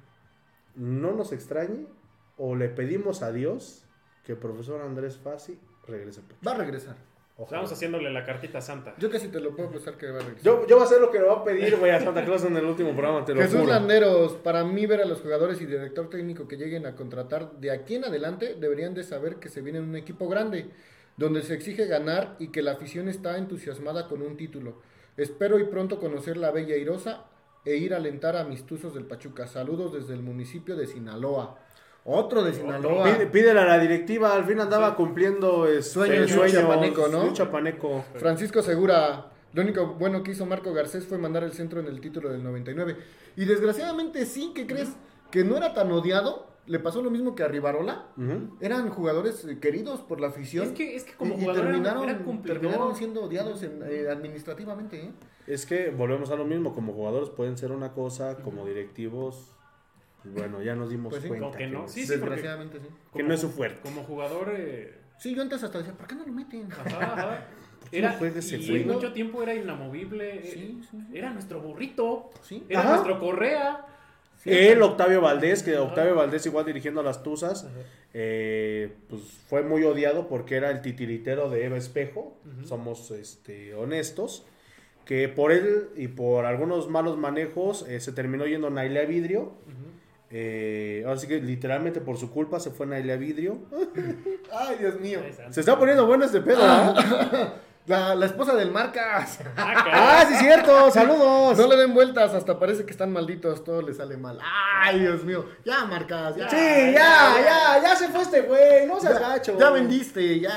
A: No nos extrañe, o le pedimos a Dios que el profesor Andrés Fassi regrese a Pachuca.
B: Va a regresar.
A: Ojalá.
C: Estamos haciéndole la cartita santa.
B: Yo casi te lo puedo pensar que va a regresar.
A: Yo voy a hacer lo que le voy a pedir, güey, a Santa Claus en el último programa, te lo
B: Jesús
A: juro.
B: Landeros, para mí ver a los jugadores y director técnico que lleguen a contratar de aquí en adelante deberían de saber que se viene un equipo grande, donde se exige ganar y que la afición está entusiasmada con un título. Espero y pronto conocer la Bella Airosa e ir a alentar a amistosos del Pachuca. Saludos desde el municipio de Sinaloa. Otro de Sinaloa.
A: Pídele a la directiva, al fin andaba cumpliendo
B: Sueños de un chapaneco, ¿no?
A: Un chapaneco.
B: Francisco Segura, lo único bueno que hizo Marco Garcés fue mandar el centro en el título del 99. Y desgraciadamente sí, ¿qué crees? Que no era tan odiado. Le pasó lo mismo que a Rivarola.
A: Ujú.
B: Eran jugadores queridos por la afición.
C: Es que como
B: y
C: jugador
B: terminaron,
C: era cumplidor.
B: terminaron siendo odiados administrativamente. ¿Eh?
A: Es que volvemos a lo mismo, como jugadores pueden ser una cosa, como directivos, pues bueno, ya nos dimos
B: Pues sí,
A: cuenta
C: como que no. Sí, porque
B: Desgraciadamente sí.
A: que no es su fuerte.
C: como jugador...
B: Sí, yo antes hasta decía, ¿por qué no lo meten?
C: Ajá.
A: qué no juega ese
C: Y
A: güey?
C: mucho tiempo era inamovible.
B: Sí, sí, sí.
C: Era nuestro burrito.
B: Sí.
C: Era
A: Ajá.
C: nuestro Correa.
A: El Octavio Valdés, que Octavio Valdés igual dirigiendo a las Tuzas, pues fue muy odiado porque era el titiritero de Eva Espejo, somos honestos, que por él y por algunos malos manejos se terminó yendo Nailea Vidrio. Ahora sí que literalmente por su culpa se fue Nailea Vidrio.
B: Ay, Dios mío.
A: Se está poniendo bueno este pedo, ¿ah?
B: La esposa del Marcas.
A: ¡Ah, sí, cierto! ¡Saludos!
B: No le den vueltas, hasta parece que están malditos, todo le sale mal. Ay, Dios mío. Ya, Marcas, ya.
A: Sí, ya se fue este güey, no seas gacho.
B: Ya vendiste, ya.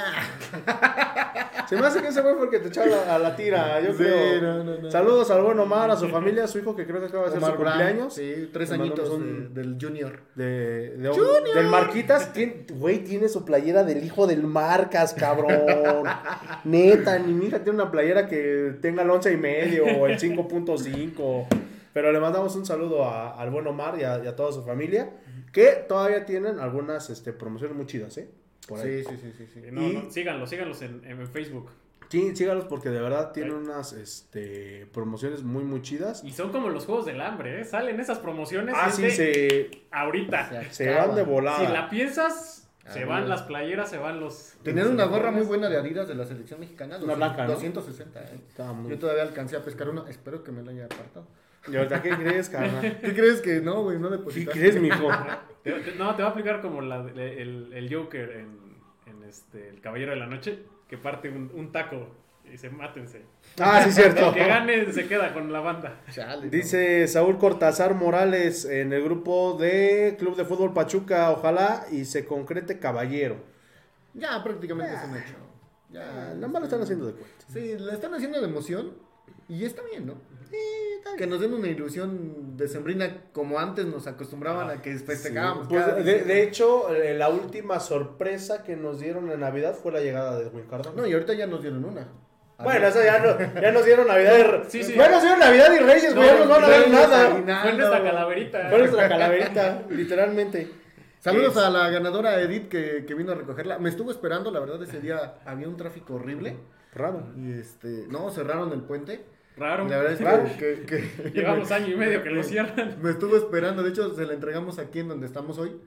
A: Se me hace que ese güey fue el que te echó a la tira, yo
B: Sí,
A: creo.
B: no.
A: Saludos al buen Omar, a su familia, a su hijo, que creo que acaba de ser su
B: Omar Brand,
A: cumpleaños.
B: Sí, 3
A: Le mandamos
B: añitos del Junior.
A: Del Marquitas. Güey, tiene su playera del hijo del Marcas, cabrón. Neta, ni mi hija tiene una playera que tenga el 11.5 o el 5.5. Pero le mandamos un saludo al buen Omar y a toda su familia, que todavía tienen algunas promociones muy chidas, ¿eh? Por ahí.
B: Sí.
C: No, síganlos en Facebook.
A: Sí, sígalos porque de verdad tienen unas promociones muy, muy chidas.
C: Y son como los Juegos del Hambre, ¿eh? Salen esas promociones.
A: Ah, sí,
C: ahorita.
A: se van de volada.
C: Si la piensas, se
B: Adiós.
C: van las playeras, se van los...
B: Tenían una gorra muy buena de Adidas de la selección mexicana.
A: Una blanca, ¿no?
B: 260,
A: Estaba muy-
B: Yo todavía alcancé a pescar una. Espero que me la haya apartado.
A: ¿Y ahorita qué crees, carnal?
B: ¿Qué crees que no, güey? No
A: ¿Qué
B: depositaste.
A: crees, mijo?
C: No, te va a aplicar como el Joker en El Caballero de la Noche, que parte un taco y dice, mátense.
A: Ah, sí, cierto.
C: El que gane se queda con la banda.
B: Chale, no.
A: Dice Saúl Cortázar Morales en el grupo de Club de Fútbol Pachuca, ojalá y se concrete Caballero.
B: Ya prácticamente es un hecho. Ya,
A: Nada más lo están haciendo de cuenta.
B: Sí, le están haciendo de emoción y está bien, ¿no? Que nos den una ilusión decembrina como antes nos acostumbraban a que festejábamos.
A: Pues,
B: cada
A: de
B: diciembre.
A: hecho, la última sorpresa que nos dieron en Navidad fue la llegada de Edwin Cardona.
B: No, y ahorita ya nos dieron una.
A: Bueno, eso ya nos dieron Navidad y
C: Sí, sí.
A: Ya nos dieron Navidad y Reyes, güey, ya nos van a dar
B: Reyes,
A: nada.
B: aguinaldo.
C: Fue nuestra calaverita.
A: Fue nuestra calaverita, literalmente.
B: Saludos a la ganadora Edith que vino a recogerla. Me estuvo esperando, la verdad, ese día había un tráfico horrible.
A: Raro.
B: Y no, cerraron el puente.
C: Raro.
B: Y la verdad es
A: Raro.
B: que
C: Llevamos año y medio que lo cierran.
B: me estuvo esperando. De hecho, se la entregamos aquí en donde estamos hoy.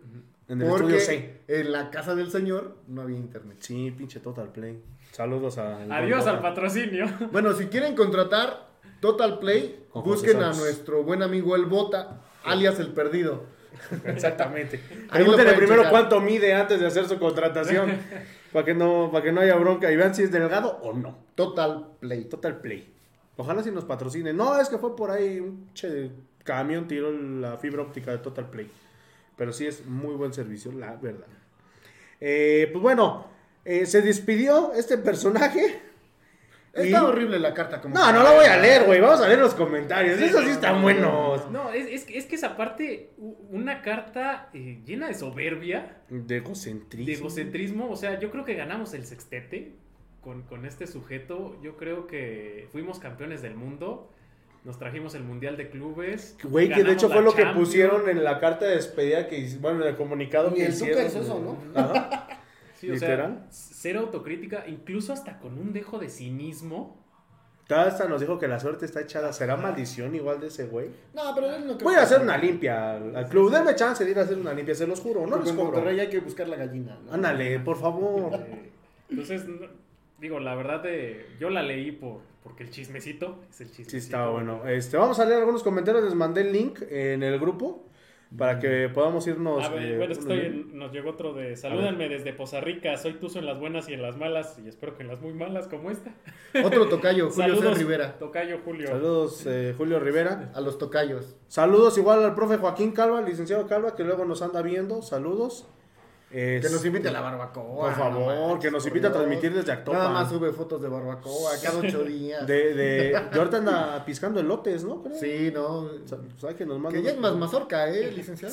A: En el
B: porque
A: estudio C.
B: en la casa del señor no había internet.
A: Sí, pinche Total Play. Saludos a...
C: Adiós al patrocinio.
B: Bueno, si quieren contratar Total Play,
A: Con José
B: busquen a
A: Santos.
B: nuestro buen amigo El Bota, alias El Perdido.
A: Exactamente.
B: Ahí lo
A: Pregúntele
B: pueden
A: primero
B: checar.
A: cuánto mide antes de hacer su contratación. para que no haya bronca y vean si es delgado o no.
B: Total Play.
A: Total Play. Ojalá si nos patrocinen. No, es que fue por ahí un camión tiró la fibra óptica de Total Play. Pero sí es muy buen servicio, la verdad. Pues bueno, se despidió este personaje.
B: Está horrible la carta. Como
A: No la voy a leer, güey. Vamos a leer los comentarios.
C: Sí,
A: Esos sí están buenos.
C: No, es que esa parte, una carta llena de soberbia,
A: De egocentrismo.
C: de egocentrismo. O sea, yo creo que ganamos el sextete con este sujeto. Yo creo que fuimos campeones del mundo. Nos trajimos el Mundial de Clubes.
A: Güey, que de
C: ganamos
A: hecho
C: la
A: fue lo que
C: Champions.
A: pusieron en la carta de despedida bueno, en el comunicado
B: Ni
A: que
B: el Tuca
A: hicieron.
B: es eso, ¿no?
A: Ajá.
C: Sí, o
A: Literal.
C: sea, cero autocrítica, incluso hasta con un dejo de cinismo.
A: Hasta nos dijo que la suerte está echada. ¿Será maldición igual de ese güey?
B: No, pero él no creo
A: Voy
B: que-
A: a hacer una limpia al club. Denme chance de ir a hacer una limpia, se los juro. No
B: Porque
A: les
B: en
A: cobro.
B: Monterrey hay que buscar la gallina, ¿no?
A: Ándale, por favor.
C: Entonces, digo, la verdad, yo la leí porque el chismecito es el chismecito.
A: Sí, estaba bueno. Vamos a leer algunos comentarios. Les mandé el link en el grupo para que podamos irnos.
C: A ver, bueno, es que
A: unos-
C: nos llegó otro de salúdenme desde Poza Rica, soy tuzo en las buenas y en las malas, y espero que en las muy malas como esta.
B: Otro tocayo, Julio C.
C: Saludos,
B: Rivera.
C: Tocayo Julio.
A: Saludos, Julio Rivera.
B: A los tocayos.
A: Saludos igual al profe Joaquín Calva, licenciado Calva, que luego nos anda viendo. Saludos.
B: Que nos invite a la barbacoa.
A: Por favor,
B: no manches,
A: que nos
B: por
A: invite a
B: Dios.
A: transmitir desde Actopan.
B: Nada más sube fotos de barbacoa cada 8 días.
A: De ahorita anda piscando elotes, ¿no? Creo.
B: Sí, no.
A: O sea, que nos manda
B: Que ya es
A: unos-
B: más mazorca, licenciado.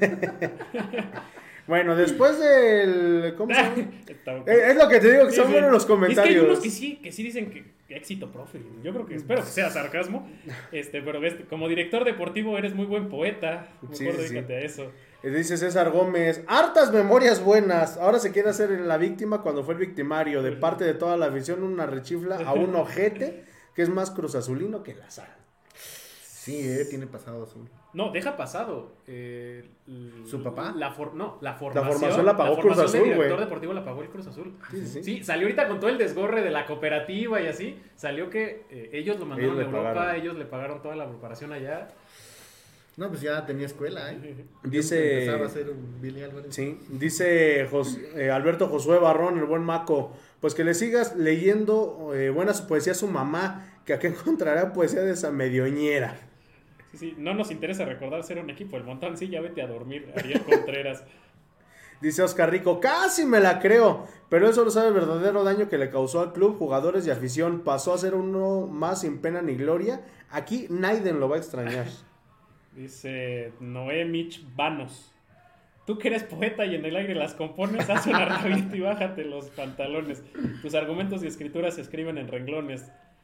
A: Bueno, después del... ¿Cómo se llama?
C: Está ok.
A: Es lo que te digo, que
C: Sí,
A: son
C: sí.
A: buenos los
C: Es que hay
A: comentarios.
C: unos que sí dicen que éxito, profe. Yo creo que espero que sea sarcasmo. Pero como director deportivo eres muy buen poeta. Mejor
A: Sí, sí,
C: dedícate a eso.
A: Dice César Gómez, hartas memorias buenas. Ahora se quiere hacer la víctima cuando fue el victimario. De parte de toda la afición, una rechifla a un ojete que es más cruzazulino que la sal.
B: Sí, tiene pasado azul.
C: No, deja pasado.
B: ¿Su papá?
C: La formación.
A: La formación la pagó Cruz Azul,
C: del director
A: güey.
C: deportivo la pagó el Cruz Azul.
A: Sí, sí.
C: Sí, salió ahorita con todo el desgorre de la cooperativa y así. Salió que ellos lo mandaron
A: Ellos
C: a
A: le
C: Europa,
A: pagaron.
C: ellos le pagaron toda la preparación allá.
B: No, pues ya tenía escuela,
A: Dice...
B: Empezaba a ser un Billy Álvarez.
A: Sí, dice Alberto Josué Barrón, el buen Maco, pues que le sigas leyendo buena su poesía a su mamá, que acá encontrará poesía de esa medioñera.
C: Sí, no nos interesa recordar ser un equipo. El montón, sí, ya vete a dormir, Ariel Contreras.
A: Dice Oscar Rico, casi me la creo, pero él solo sabe el verdadero daño que le causó al club, jugadores y afición. Pasó a ser uno más sin pena ni gloria. Aquí nadie lo va a extrañar.
C: Dice Noé Mitch Vanos. Tú que eres poeta y en el aire las compones, haz una rabita y bájate los pantalones. Tus argumentos y escrituras se escriben en renglones.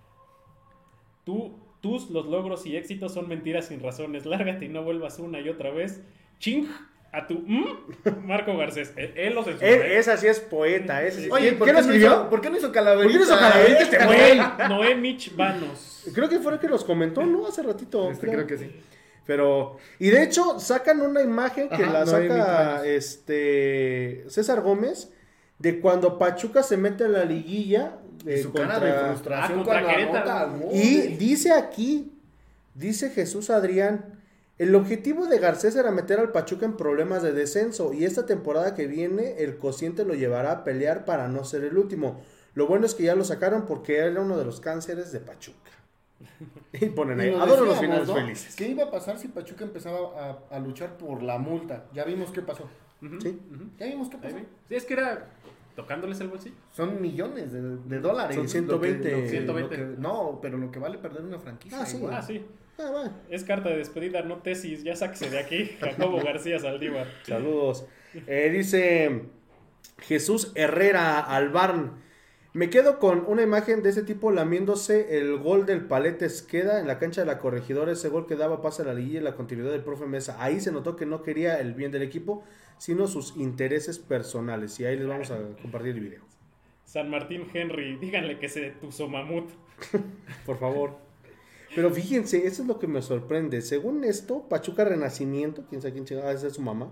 C: Tus los logros y éxitos son mentiras sin razones. Lárgate y no vuelvas una y otra vez. Ching a tu Marco Garcés. Él lo censuró.
A: Esa sí es poeta.
B: Oye,
A: ¿quién lo escribió?
B: ¿por qué no hizo calaverita?
A: ¿Por qué no hizo calaverita este güey?
C: Noé Mitch Vanos.
A: Creo que fue el que los comentó, ¿no? Hace ratito.
B: Creo que sí.
A: Pero, y de hecho, sacan una imagen que
B: Ajá,
A: la
B: Noé
A: saca
B: Mitvanos.
A: César Gómez, de cuando Pachuca se mete a la liguilla.
B: Y su cara de frustración
C: contra
B: cuando
C: Querétaro.
B: anota, ¿no?
A: Y dice aquí, dice Jesús Adrián, el objetivo de Garcés era meter al Pachuca en problemas de descenso, y esta temporada que viene el cociente lo llevará a pelear para no ser el último. Lo bueno es que ya lo sacaron porque era uno de los cánceres de Pachuca. Y ponen ahí,
B: Y lo
A: adoro los
B: decíamos,
A: finales
B: ¿no?
A: felices.
B: ¿Qué iba a pasar si Pachuca empezaba a luchar por la multa? Ya vimos qué pasó.
A: Sí.
B: Ya vimos qué
C: Ahí
B: pasó.
C: ve. Sí, es que era tocándoles el bolsillo.
B: Son millones de dólares.
A: Son 120.
C: 120.
B: No, pero lo que vale perder una franquicia.
A: Ah, sí.
B: igual.
C: Ah, sí.
A: Ah, va.
C: Es carta de despedida, no tesis. Ya sáquese de aquí. Jacobo García Saldívar.
A: Saludos. Dice Jesús Herrera Albarn. Me quedo con una imagen de ese tipo lamiéndose el gol del Palete Esqueda en la cancha de la Corregidora. Ese gol que daba pase a la liguilla y la continuidad del profe Mesa. Ahí se notó que no quería el bien del equipo, sino sus intereses personales. Y ahí les vamos a compartir el video.
C: San Martín Henry, díganle que se tuzo mamut.
A: Por favor. Pero fíjense, eso es lo que me sorprende. Según esto, Pachuca Renacimiento, quién sabe quién chingada, esa es su mamá,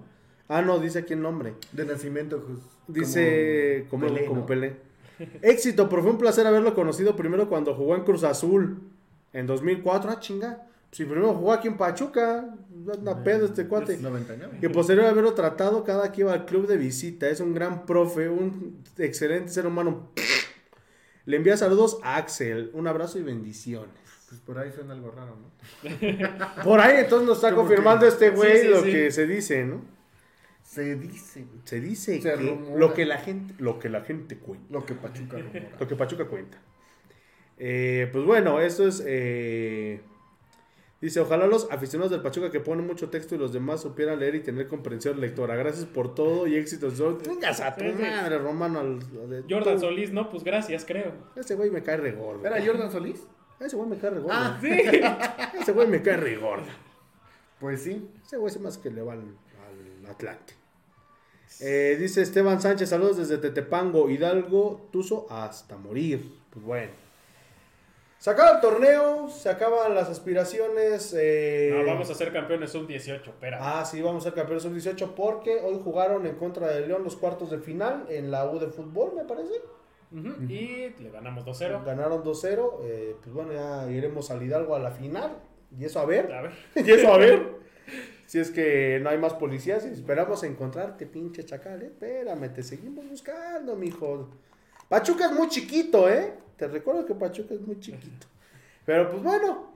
A: Ah, no, dice aquí el nombre.
B: De nacimiento, pues,
A: Dice como
B: Pelé, ¿no?
A: Pelé. Éxito, pero fue un placer haberlo conocido primero cuando jugó en Cruz Azul en 2004. Ah, chinga. Si primero jugó aquí en Pachuca, anda pedo este cuate.
B: Es 99.
A: Y posterior a haberlo tratado, cada que iba al club de visita. Es un gran profe, un excelente ser humano. Le envía saludos a Axel. Un abrazo y bendiciones.
B: Pues por ahí suena algo raro, ¿no?
A: Por ahí entonces nos está
B: Como
A: confirmando
B: que-
A: este güey
C: sí,
A: lo
C: sí.
A: que se dice, ¿no?
B: Se dice, güey.
A: Se dice
B: Se
A: que
B: rumora.
A: lo que la gente cuenta.
B: Lo que Pachuca rumora.
A: Lo que Pachuca cuenta. Pues bueno, esto es... dice, ojalá los aficionados del Pachuca que ponen mucho texto y los demás supieran leer y tener comprensión lectora. Gracias por todo y éxitos. Vengas a tu
C: Sí, sí.
A: madre, Romano.
C: Jordan
A: tú.
C: Solís, no, pues gracias, creo.
A: Ese güey me cae re gordo.
B: ¿Era Jordan Solís?
A: Ese güey me cae re gordo.
B: Ah,
C: Sí.
A: Ese güey me cae re gordo.
B: Pues sí.
A: Ese güey es más que le va al Atlante. Dice Esteban Sánchez, saludos desde Tetepango, Hidalgo, Tuzo, hasta morir. Pues bueno. Se acaba el torneo, se acaban las aspiraciones.
C: No, vamos a ser campeones sub-18, espera.
A: Ah, sí, vamos a ser campeones sub-18 porque hoy jugaron en contra de León los cuartos de final en la U de fútbol, me parece.
C: Ujú, y le ganamos 2-0.
A: Ganaron 2-0. Pues bueno, ya iremos al Hidalgo a la final. Y eso a ver.
C: A ver.
A: Y eso a ver. Si es que no hay más policías y esperamos encontrarte, pinche chacal, Espérame, te seguimos buscando, mijo. Pachuca es muy chiquito, Te recuerdo que Pachuca es muy chiquito. Pero pues bueno,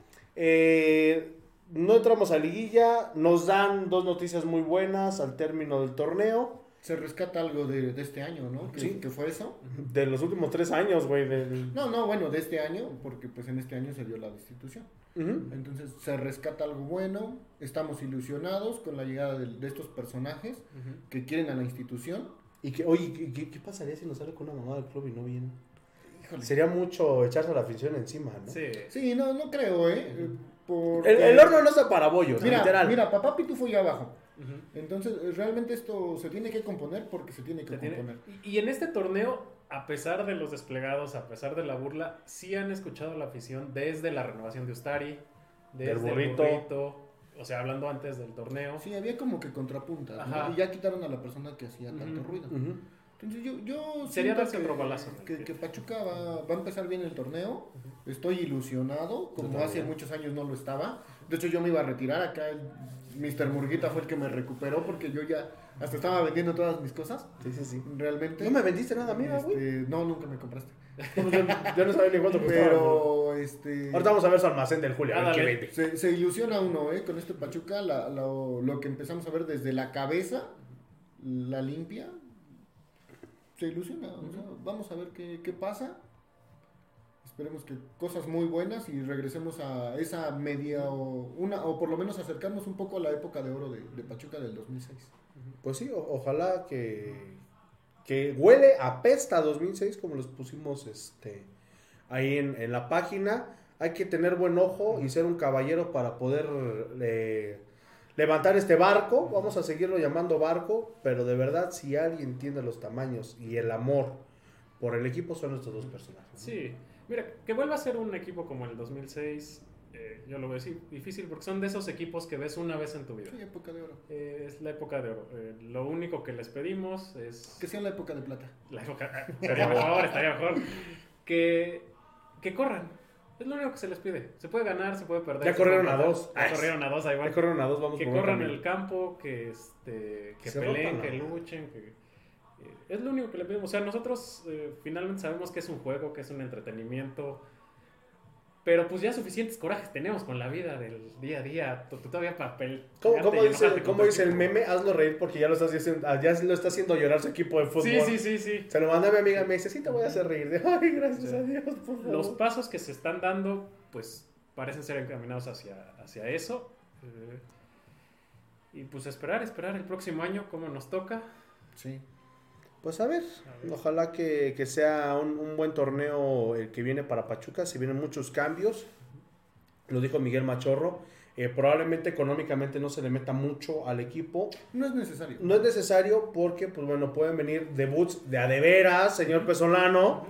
A: no entramos a liguilla. Nos dan 2 noticias muy buenas al término del torneo.
B: Se rescata algo de este año, ¿no?
A: Sí.
B: ¿Qué fue eso?
A: De los últimos 3 años, güey.
B: No, bueno, de este año, porque pues en este año se dio la destitución.
A: Ujú.
B: Entonces se rescata algo bueno, estamos ilusionados con la llegada de estos personajes que quieren a la institución.
A: Y que, oye, ¿qué pasaría si nos sale con una mamá del club y no viene?
B: Híjole.
A: Sería mucho echarse la afición encima, ¿no?
C: Sí.
B: Sí, no creo, porque-
A: El horno no está para bollos,
B: Mira,
A: literal.
B: mira, papá Pitufo ya abajo.
C: Ujú.
B: Entonces, realmente esto se tiene que componer porque se tiene que
C: Se tiene-
B: componer.
C: Y en este torneo, a pesar de los desplegados, a pesar de la burla, sí han escuchado a la afición desde la renovación de Ustari, desde
A: Del
C: el
A: Burrito.
C: burrito, o sea, hablando antes del torneo.
B: Sí, había como que contrapuntas, ¿no?
C: Ajá.
B: Y ya quitaron a la persona que hacía tanto
C: Ujú.
B: ruido.
A: Ujú.
B: Entonces yo
C: Sería
B: siento
C: darse otro balazo.
B: que Pachuca va a empezar bien el torneo. Estoy ilusionado, como
A: Yo
B: hace
A: también.
B: muchos años no lo estaba. De hecho yo me iba a retirar, acá el Mr. Murguita fue el que me recuperó porque yo ya hasta estaba vendiendo todas mis cosas.
A: Sí.
B: Realmente.
A: No me vendiste nada, amiga, güey.
B: No, nunca me compraste.
A: Yo no sabía ni cuánto costaba.
B: Pero
A: Ahorita vamos a ver su almacén del Julio, a ver qué
C: Ándale.
A: vende.
B: se ilusiona uno, con este Pachuca, lo que empezamos a ver desde la cabeza, la limpia, se ilusiona. O sea, vamos a ver qué pasa. Esperemos que cosas muy buenas y regresemos a esa media o por lo menos acercarnos un poco a la época de oro de Pachuca del 2006.
A: Pues sí, ojalá que huele a pesta 2006 como los pusimos ahí en la página. Hay que tener buen ojo y ser un caballero para poder levantar este barco. Vamos a seguirlo llamando barco, pero de verdad si alguien entiende los tamaños y el amor por el equipo son estos 2 personajes.
C: Sí, mira, que vuelva a ser un equipo como el 2006, yo lo veo así difícil porque son de esos equipos que ves una vez en tu vida.
B: Sí, época de oro.
C: Es la época de oro. Lo único que les pedimos es...
B: Que sea la época de plata.
C: La época... estaría mejor. Que corran. Es lo único que se les pide. Se puede ganar, se puede perder.
A: Ya
C: se
A: corrieron
C: puede
A: a
C: empatar.
A: 2.
C: Ya corrieron a 2, ahí
A: Ya
C: van.
A: corrieron a 2, vamos
C: Que
A: por buen
C: corran
A: camino.
C: el campo, que
A: Se
C: peleen,
A: rompan
C: que
A: la-
C: luchen, es lo único que le pedimos. O sea, nosotros finalmente sabemos que es un juego, que es un entretenimiento, pero pues ya suficientes corajes tenemos con la vida del día a día. Tú todavía papel.
A: ¿Cómo dice el meme? Hazlo reír porque ya lo está haciendo llorar su equipo de fútbol.
C: Sí.
A: Se lo mandé a mi amiga y me dice, sí te voy a hacer reír. Ay, gracias a Dios, por favor.
C: Los pasos que se están dando, pues parecen ser encaminados hacia eso. Y pues esperar el próximo año cómo nos toca.
B: Sí.
A: Pues a ver, ojalá que sea un buen torneo el que viene para Pachuca. Si vienen muchos cambios, lo dijo Miguel Machorro, probablemente económicamente no se le meta mucho al equipo.
B: No es necesario.
A: No es necesario porque, pues bueno, pueden venir debuts de a de veras, señor Pesolano,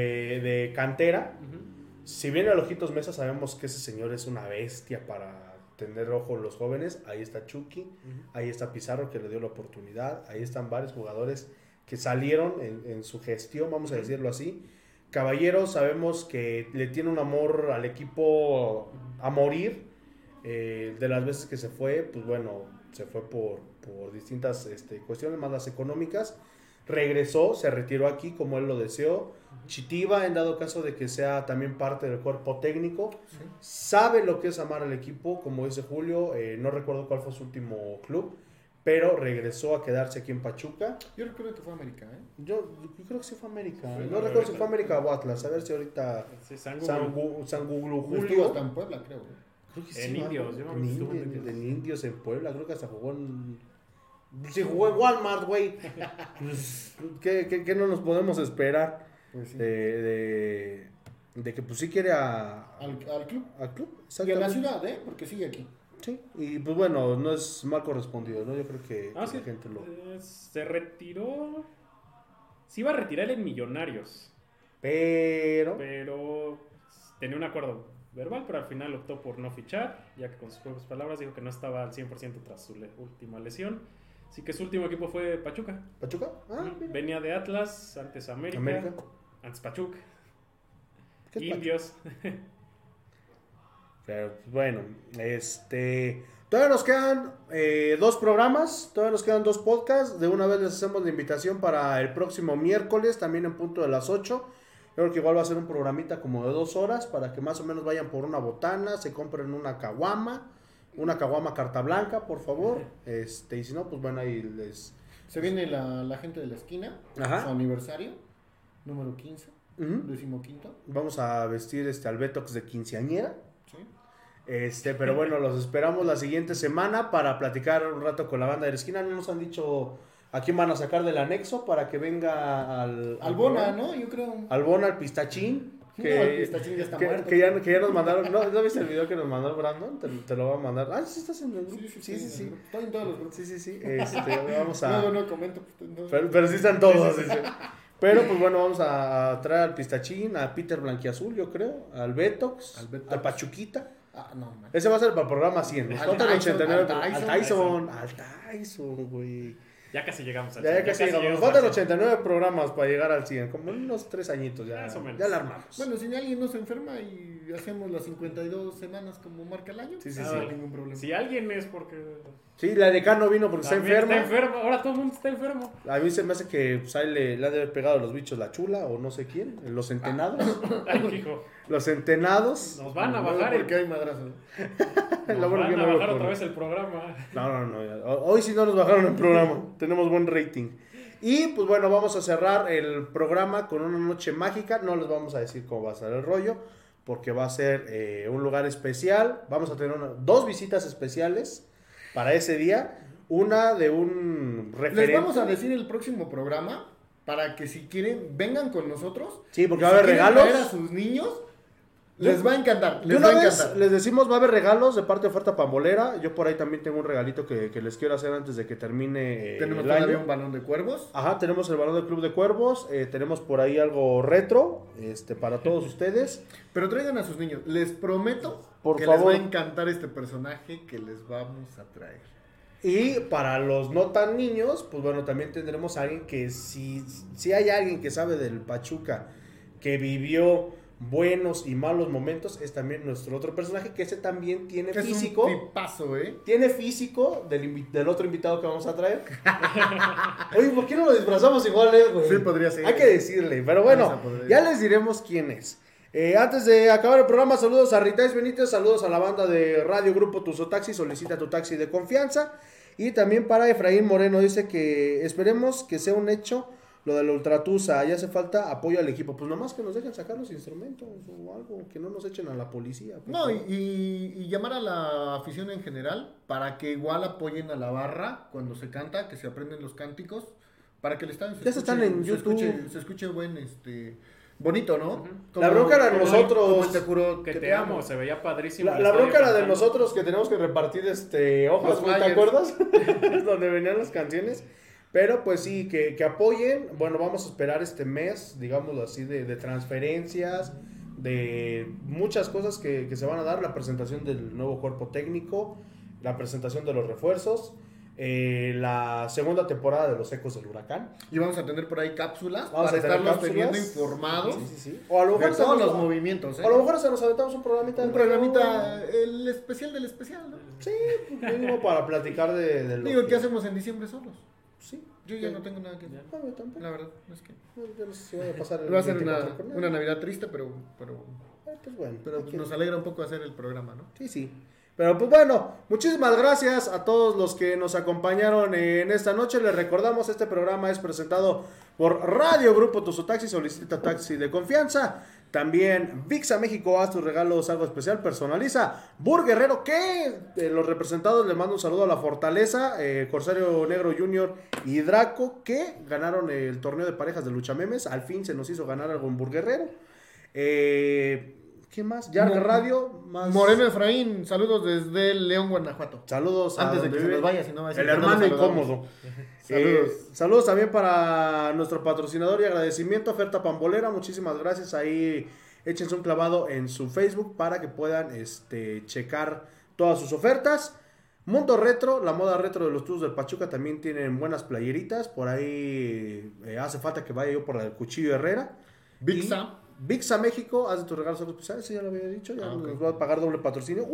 A: de cantera.
C: Ujú.
A: Si viene a Ojitos Mesa, sabemos que ese señor es una bestia para tener ojo en los jóvenes. Ahí está Chucky, ahí está Pizarro que le dio la oportunidad, ahí están varios jugadores que salieron en su gestión, vamos a decirlo así. Caballero sabemos que le tiene un amor al equipo a morir. De las veces que se fue, pues bueno, se fue por distintas cuestiones, más las económicas. Regresó, se retiró aquí como él lo deseó. Chitiva, en dado caso de que sea también parte del cuerpo técnico, sabe lo que es amar al equipo, como dice Julio. No recuerdo cuál fue su último club, pero regresó a quedarse aquí en Pachuca.
B: Yo recuerdo que fue América, ¿eh?
A: Yo creo que sí fue América.
C: Sí,
A: no recuerdo si fue América o Atlas. A ver si ahorita
C: Sí,
A: San
C: Google.
A: Google
B: Estuvo
A: Julio.
B: hasta en Puebla, creo.
A: Creo que
C: En Indios, yo me acuerdo que estuvo en Indios.
A: En Indios, en Puebla, creo que hasta jugó en... Sí, jugó en Walmart, güey. ¿Qué no nos podemos esperar
B: Pues sí.
A: de que pues sí quiere
B: Al club.
A: al club?
B: Y a la
A: Exactamente.
B: ciudad, ¿eh? Porque sigue aquí.
A: Sí, y pues bueno, no es mal correspondido, ¿no? Yo creo que
C: Sí,
A: la gente lo...
C: se retiró. Se iba a retirar en Millonarios,
A: Pero...
C: tenía un acuerdo verbal, pero al final optó por no fichar, ya que con sus propias palabras dijo que no estaba al 100% tras su última lesión. Así que su último equipo fue Pachuca.
A: ¿Pachuca? Ah, mira.
C: Venía de Atlas, antes América,
A: América.
C: antes Pachuca,
A: ¿Qué es
C: Indios.
A: Pero bueno, todavía nos quedan 2 programas, todavía nos quedan 2 podcasts. De una vez les hacemos la invitación para el próximo miércoles, también en punto de las 8. Yo creo que igual va a ser un programita como de 2 horas para que más o menos vayan por una botana, se compren una caguama carta blanca, por favor. Y si no, pues bueno, ahí les...
B: Se viene la gente de la esquina.
A: Ajá.
B: Su aniversario. Número 15.
A: Ujú.
B: 15º.
A: Vamos a vestir al Betox de quinceañera.
B: Sí.
A: Pero bueno, los esperamos la siguiente semana para platicar un rato con la banda de la esquina. No nos han dicho a quién van a sacar del anexo para que venga al
B: Albona, ¿no? Yo creo.
A: Albona, al Pistachín.
B: No, el Pistachín ya está muerto.
A: Que ya nos mandaron. ¿No viste el video que nos mandó Brandon? Te lo voy a mandar. Ah, sí, estás en el grupo. Sí.
B: Estoy en todos los grupos.
A: Sí. Vamos a.
B: No comento. No.
A: Pero sí están todos. Sí. Pero pues bueno, vamos a traer al Pistachín, a Peter Blanquiazul, yo creo, al Betox, al Pachuquita.
B: Ah, no, man.
A: Ese va a ser para el programa 100. Nos faltan 89.
B: Al
A: Tyson, güey.
C: Ya casi llegamos al
A: Ya
C: 100,
A: casi llegamos. Nos faltan 89 programas para llegar al 100. Como unos 3 añitos ya.
C: Más o menos.
A: Ya la armamos.
B: Bueno, si alguien no se enferma y hacemos las 52 semanas como marca el año,
A: Sí,
B: no
A: sí.
B: hay ningún problema.
C: Si alguien es porque
A: Sí, la decano vino porque está
C: también
A: enferma.
C: está enfermo. Ahora todo el mundo está enfermo.
A: A mí se me hace que pues, ahí le han de haber pegado a los bichos la chula o no sé quién. Los entenados.
C: Ay, hijo.
A: Los entenados.
C: Nos van a
B: No,
C: bajar.
B: porque hay madrazos.
A: La
C: Nos
A: bueno que
C: van a
A: no lo
C: bajar otra
A: ocurre.
C: vez el programa.
A: No. Hoy sí no nos bajaron el programa. Tenemos buen rating. Y pues bueno, vamos a cerrar el programa con una noche mágica. No les vamos a decir cómo va a ser el rollo, porque va a ser un lugar especial. Vamos a tener 2 visitas especiales para ese día. Una de un referente.
B: Les vamos a decir el próximo programa para que si quieren vengan con nosotros.
A: Sí, porque
B: Y
A: va a
B: si
A: haber
B: quieren
A: regalos.
B: traer a sus niños, les va a encantar.
A: De
B: Les
A: una
B: va a
A: vez
B: encantar.
A: les decimos, va a haber regalos de parte de Oferta Pambolera. Yo por ahí también tengo un regalito que les quiero hacer antes de que termine
B: Tenemos
A: el
B: todavía
A: año.
B: un balón de cuervos.
A: Ajá, tenemos el balón del Club de Cuervos. Tenemos por ahí algo retro para todos ustedes.
B: Pero traigan a sus niños. Les prometo
A: Por
B: que
A: favor.
B: les va a encantar este personaje que les vamos a traer.
A: Y para los no tan niños, pues bueno, también tendremos a alguien que si hay alguien que sabe del Pachuca, que vivió buenos y malos momentos, es también nuestro otro personaje, que ese también tiene
B: Es
A: físico.
B: un tipazo, ¿eh?
A: Tiene físico del otro invitado que vamos a traer. Oye, ¿por qué no lo disfrazamos igual, güey?
B: Sí, podría ser.
A: Hay que decirle, pero bueno,
B: Esa podría
A: ya
B: ser.
A: les diremos quién es. Antes de acabar el programa, saludos a Ritais Benítez, saludos a la banda de Radio Grupo Tuzo Taxi, solicita tu taxi de confianza. Y también para Efraín Moreno, dice que esperemos que sea un hecho lo de la Ultratusa, ya hace falta apoyo al equipo. Pues nomás que nos dejen sacar los instrumentos o algo, que no nos echen a la policía. por
B: No,
A: favor.
B: y llamar a la afición en general para que igual apoyen a la barra cuando se canta, que se aprenden los cánticos, para que el estadio
A: Ya están en YouTube.
B: se escuche buen, bonito, ¿no?
A: La bronca era de
B: como-
A: nosotros.
B: como el te juro
C: Que te amo, se veía padrísimo.
A: La
C: el
A: bronca
C: estadio
A: era de
C: cantando.
A: nosotros que tenemos que repartir hojas,
B: Los
A: güey, ¿te
B: flyers.
A: acuerdas? Donde venían las canciones. Pero pues sí, que apoyen. Bueno, vamos a esperar este mes, digámoslo así, de transferencias, de muchas cosas que se van a dar, la presentación del nuevo cuerpo técnico, la presentación de los refuerzos, la segunda temporada de Los Ecos del Huracán.
B: Y vamos a tener por ahí cápsulas
A: Vamos
B: para
A: a tener
B: estarlos
A: cápsulas.
B: teniendo informados
A: Sí. O a lo mejor
B: de todos
A: hacemos-
B: los movimientos.
A: o a lo mejor se nos aventamos un programita.
B: Un programita, el especial del especial, ¿no?
A: Sí, mínimo para platicar de lo
B: Digo, ¿qué hacemos en diciembre solos?
A: Sí.
B: Yo ya no tengo nada que hacer.
A: No, yo tampoco.
B: La verdad, es que...
A: Yo no sé si voy a pasar el
B: Va a ser
A: 24 con
B: una
A: él.
B: Navidad triste, pero
A: Pues bueno. aquí-
B: nos alegra un poco hacer el programa, ¿no?
A: Sí. Pero pues bueno, muchísimas gracias a todos los que nos acompañaron en esta noche. Les recordamos, este programa es presentado por Radio Grupo Tuzotaxi, solicita taxi de confianza. También VIXA México, haz tus regalos, algo especial, personaliza. Burguerrero, que los representados le mando un saludo a la Fortaleza, Corsario Negro Junior y Draco, que ganaron el torneo de parejas de Lucha Memes. Al fin se nos hizo ganar algo en Burguerrero. ¿Qué más? Yarg Radio, más...
B: Moreno Efraín, saludos desde León, Guanajuato.
A: Saludos a
B: Antes de
A: donde
B: que se
A: vive
B: nos vaya, si no va a decir
A: el
B: que no
A: hermano
B: nos saludamos.
A: incómodo.
B: Saludos.
A: Saludos también para nuestro patrocinador y agradecimiento, Oferta Pambolera. Muchísimas gracias. Ahí échense un clavado en su Facebook para que puedan checar todas sus ofertas. Mundo Retro, la moda retro de los tubos del Pachuca, también tienen buenas playeritas. Por ahí hace falta que vaya yo por la del Cuchillo Herrera.
B: VIXA.
A: VIXA México, haz de tus regalos algo especial, eso ya lo había dicho, ya
B: ok.
A: nos va a pagar doble patrocinio.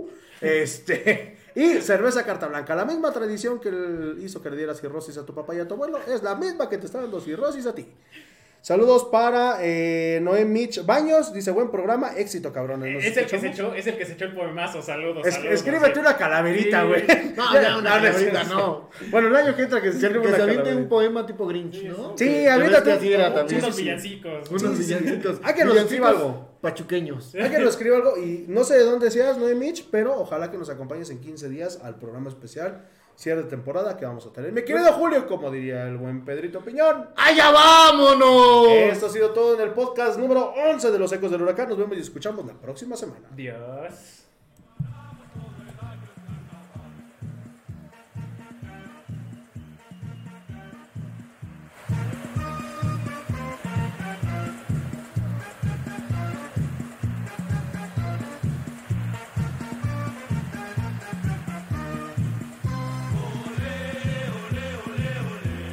A: Y cerveza Carta Blanca, la misma tradición que hizo que le dieras cirrosis a tu papá y a tu abuelo, es la misma que te está dando cirrosis a ti. Saludos para Noé Mitch Baños, dice buen programa, éxito cabrones. ¿Nos
C: Es el que se
A: escuchamos?
C: echó el poemazo, saludos.
A: Escríbete una calaverita,
C: Sí.
A: güey.
B: No, ya una calaverita, no.
A: Bueno, el año que entra que se escribe
B: Que
A: una
B: se aviente
A: calaverita.
B: un poema tipo Grinch, ¿no?
A: Sí,
B: Que
A: aviéntate
B: ves que así era
A: un-
B: también.
C: Unos
A: sí.
C: villancicos.
B: Unos villancicos.
A: Hay que nos escriba algo.
B: Pachuqueños.
A: Hay que nos escriba algo y no sé de dónde seas, Noé Mitch, pero ojalá que nos acompañes en 15 días al programa especial cierre de temporada que vamos a tener. Mi querido Julio, como diría el buen Pedrito Piñón.
B: ¡Allá vámonos!
A: Esto ha sido todo en el podcast número 11 de Los Ecos del Huracán. Nos vemos y escuchamos la próxima semana.
C: Dios.